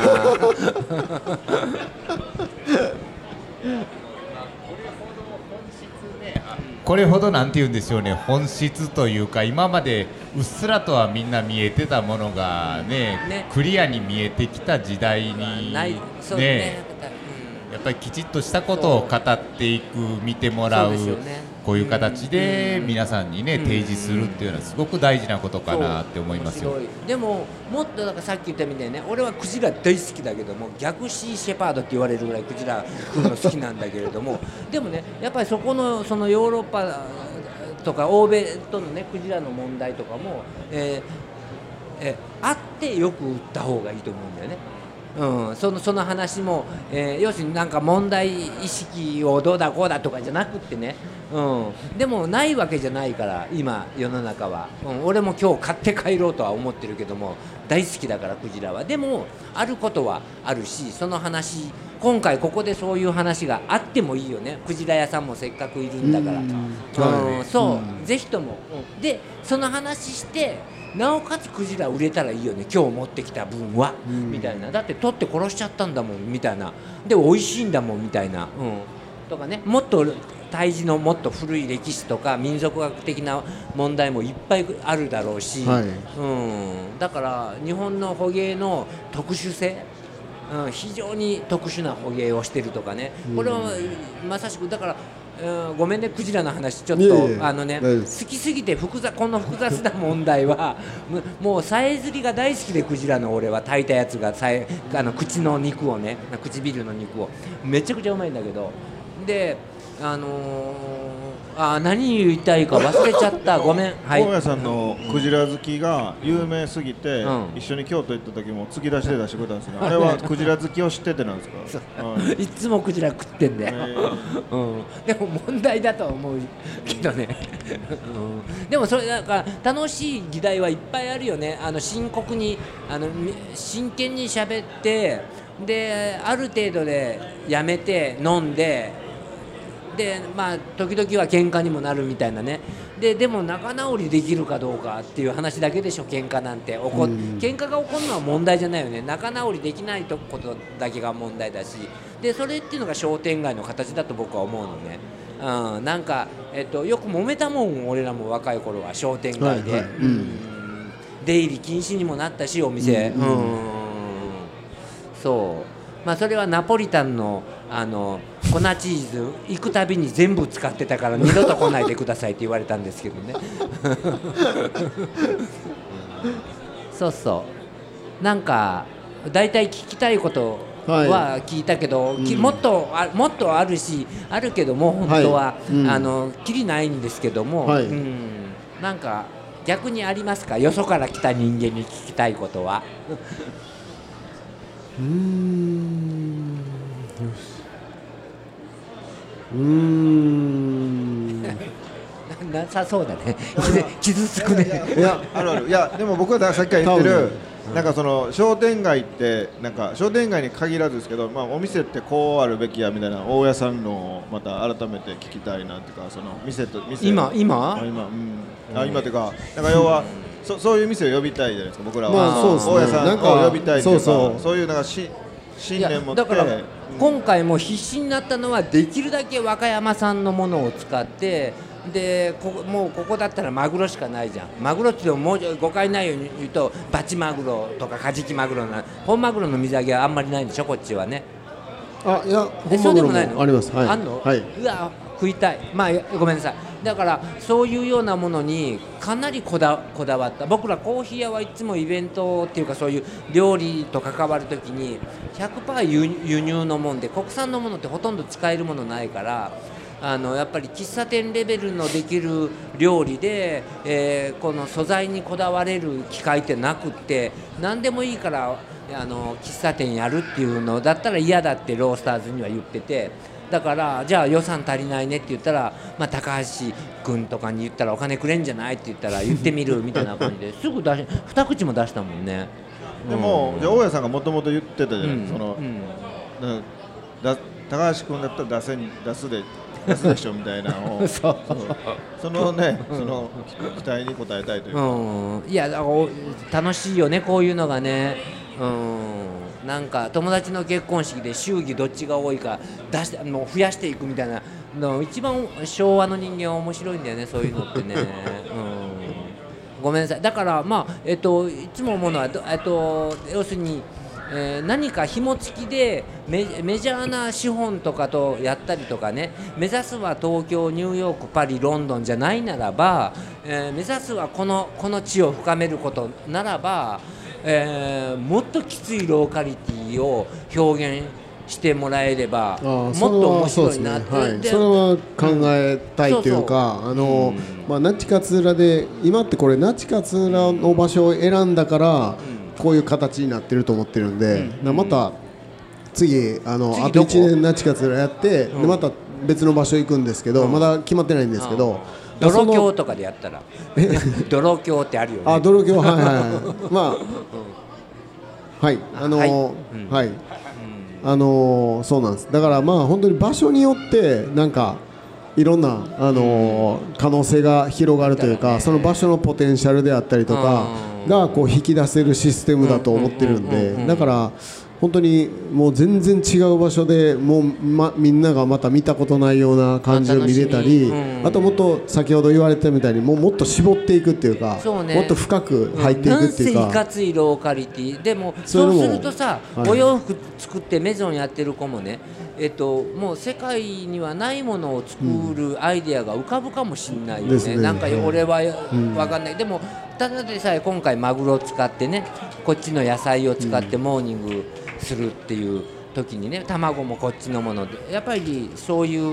これほどなんて言うんでしょうね、本質というか、今までうっすらとはみんな見えてたものがねクリアに見えてきた時代にやっぱりきちっとしたことを語っていく、見てもらう、こういう形で皆さんにね提示するっていうのはすごく大事なことかなって思いますよ。 でももっとなんかさっき言ったみたいにね、俺はクジラ大好きだけども、逆シーシェパードって言われるぐらいクジラ食うの好きなんだけれどもでもね、やっぱりそのヨーロッパとか欧米とのねクジラの問題とかも、あってよく売った方がいいと思うんだよね。その話も、要するになんか問題意識をどうだこうだとかじゃなくってね、でもないわけじゃないから今世の中は、俺も今日買って帰ろうとは思ってるけども、大好きだからクジラは。でもあることはあるし、その話今回ここでそういう話があってもいいよね。クジラ屋さんもせっかくいるんだから、ぜひとも、でその話してなおかつクジラ売れたらいいよね、今日持ってきた分は、みたいな。だって取って殺しちゃったんだもんみたいな、で美味しいんだもんみたいな、とかね、もっと胎児のもっと古い歴史とか民族学的な問題もいっぱいあるだろうし、だから日本の捕鯨の特殊性、非常に特殊な捕鯨をしてるとかね、これはまさしくだから。ごめんね、クジラの話ちょっと好きすぎてこの複雑な問題はもうさえずりが大好きで、クジラの俺は炊いたやつが口の肉をね、唇の肉をめちゃくちゃうまいんだけど、で何言いたいか忘れちゃったごめん。 大家さんのクジラ好きが有名すぎて、一緒に京都行った時も突き出しで出してくれたんですね。あれはクジラ好きを知っててなんですか？ いつもクジラ食ってんだよ、でも問題だとは思うけどね、でもそれだから楽しい議題はいっぱいあるよね。深刻に真剣に喋って、である程度でやめて飲んで、まあ時々は喧嘩にもなるみたいなね。でも仲直りできるかどうかっていう話だけでしょ、喧嘩なんて。喧嘩が起こるのは問題じゃないよね。仲直りできないことだけが問題だし、でそれっていうのが商店街の形だと僕は思うのね。なんか、よく揉めたもん、俺らも若い頃は商店街で、出入り禁止にもなったし、お店、そう、まあそれはナポリタンの粉チーズ行くたびに全部使ってたから二度と来ないでくださいって言われたんですけどね。そうなんかだいたい聞きたいことは聞いたけど、もっとあるし、あるけども本当は、きりないんですけども、なんか逆にありますか、よそから来た人間に聞きたいことは。なさそうだね。傷つくね。 いや、ある。いや、でも僕はさっきから言ってる、なんかその商店街ってなんか商店街に限らずですけど、まあお店ってこうあるべきやみたいな大家さんのをまた改めて聞きたいなっていうか、その店今っていうか、なんか要はそういう店を呼びたいじゃないですか、僕らは。 まあそうですね。 大家さんを呼びたいっていうか、 そういうなんか信念持って。 だから今回も必死になったのは、できるだけ和歌山産のものを使って、でもうここだったらマグロしかないじゃん。マグロってもう誤解ないように言うと、バチマグロとかカジキマグロな、本マグロの水揚げはあんまりないんでしょ、こっちはね。 いや、 そうでもないの？ あります。はい、 あんの？ はい。 うわ、 食いたい、まあごめんなさい。だからそういうようなものにかなりこだわった。僕らコーヒー屋はいつもイベントっていうかそういう料理と関わるときに 100% 輸入のもんで、国産のものってほとんど使えるものないから、やっぱり喫茶店レベルのできる料理で、この素材にこだわれる機会ってなくって、何でもいいから喫茶店やるっていうのだったら嫌だってロースターズには言ってて、だからじゃあ予算足りないねって言ったら、まあ、高橋君とかに言ったらお金くれんじゃないって言ったら言ってみるみたいな感じですぐ2口も出したもんね。 でも、じゃあ大家さんがもともと言ってたじゃない、高橋君だったら出すでしょみたいなのをそのね、その期待に応えたいというか、 いや楽しいよねこういうのがね。なんか友達の結婚式で祝儀どっちが多いかもう増やしていくみたいなの一番昭和の人間は面白いんだよね、そういうのってね。ごめんなさい。だからまあいつも思うのは要するに何か紐付きでメジャーな資本とかとやったりとかね、目指すは東京、ニューヨーク、パリ、ロンドンじゃないならば、目指すはこの地を深めることならば、もっときついローカリティを表現してもらえればもっと面白いなって、 それは考えたいというか、那智勝浦で今ってこれ那智勝浦の場所を選んだからこういう形になってると思ってるんで、また次あと1年那智勝浦やって、でまた別の場所行くんですけど、まだ決まってないんですけど、 泥峡とかでやったら泥峡ってあるよね。 泥峡、はいはいまあはいはいそうなんです。だからまあ本当に場所によってなんかいろんな可能性が広がるというか、その場所のポテンシャルであったりとかがこう引き出せるシステムだと思ってるんで、だから本当にもう全然違う場所でもう、みんながまた見たことないような感じを見れたり、あともっと先ほど言われたみたいにもっと絞っていくっていうか、もっと深く入っていくっていうか、 なんせいかついローカリティでもそうするとさ、お洋服作ってメゾンやってる子もね、もう世界にはないものを作るアイデアが浮かぶかもしれないよね。なんか俺は分かんない、でもただでさえ今回マグロを使ってね、こっちの野菜を使ってモーニングするっていう時にね、卵もこっちのものでやっぱりそういう、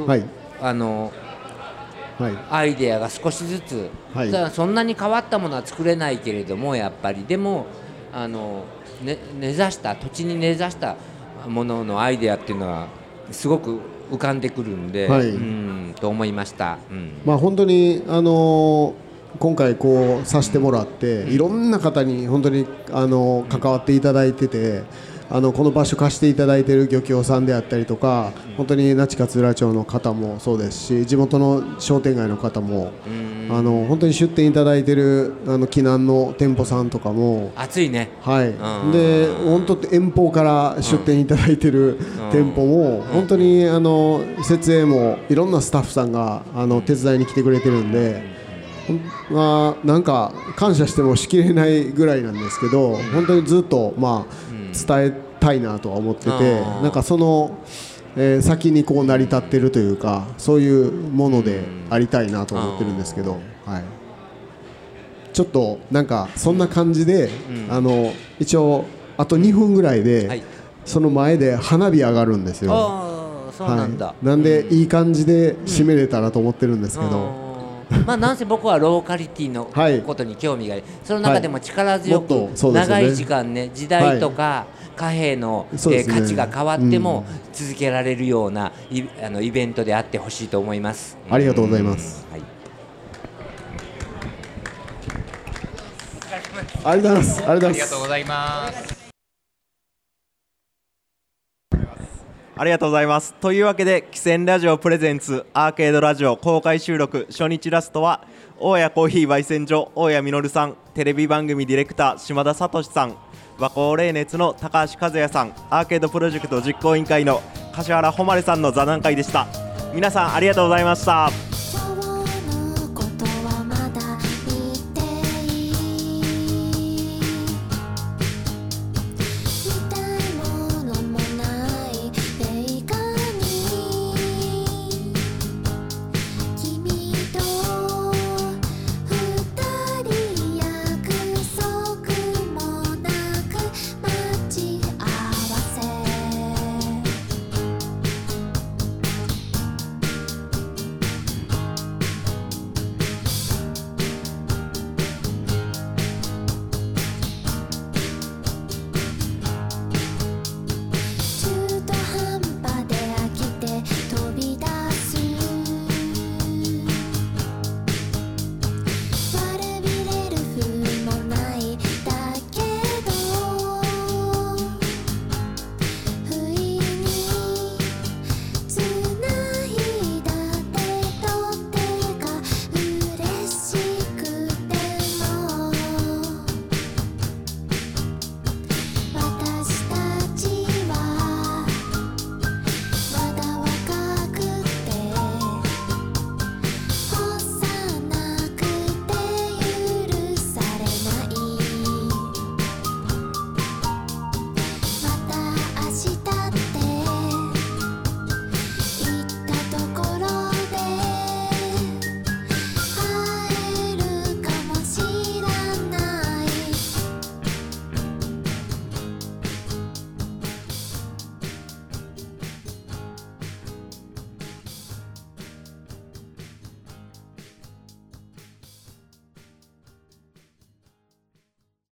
アイデアが少しずつ、そんなに変わったものは作れないけれども、やっぱりでも根ざした土地に根ざしたもののアイデアっていうのはすごく浮かんでくるんで、と思いました。 まあ本当に今回こうさせてもらって、いろんな方に本当に関わっていただいてて、この場所貸していただいている漁協さんであったりとか、本当に那智勝浦町の方もそうですし、地元の商店街の方も本当に出店いただいている紀南の店舗さんとかも暑いね、 で本当遠方から出店いただいている店舗も本当に設営もいろんなスタッフさんが手伝いに来てくれてるんで、なんか感謝してもしきれないぐらいなんですけど、本当にずっと伝えたいなとは思ってて、なんかその先にこう成り立ってるというか、そういうものでありたいなと思ってるんですけど、ちょっとなんかそんな感じで、一応あと2分ぐらいでその前で花火上がるんですよ。 そうなんだ。 なんでいい感じで締めれたらと思ってるんですけど、 なんせ僕はローカリティのことに興味があり、その中でも力強く長い時間ね、時代とか貨幣の価値が変わっても続けられるようなイベントであってほしいと思います。 ありがとうございます。ありがとうございます。 ありがとうございます。 ありがとうございます。というわけで、汽船ラジオプレゼンツアーケードラジオ公開収録初日ラストは、大谷コーヒー焙煎所大谷実さん、テレビ番組ディレクター島田聡さん、和光冷熱の高橋和也さん、アーケードプロジェクト実行委員会の柏原誉さんの座談会でした。皆さんありがとうございました。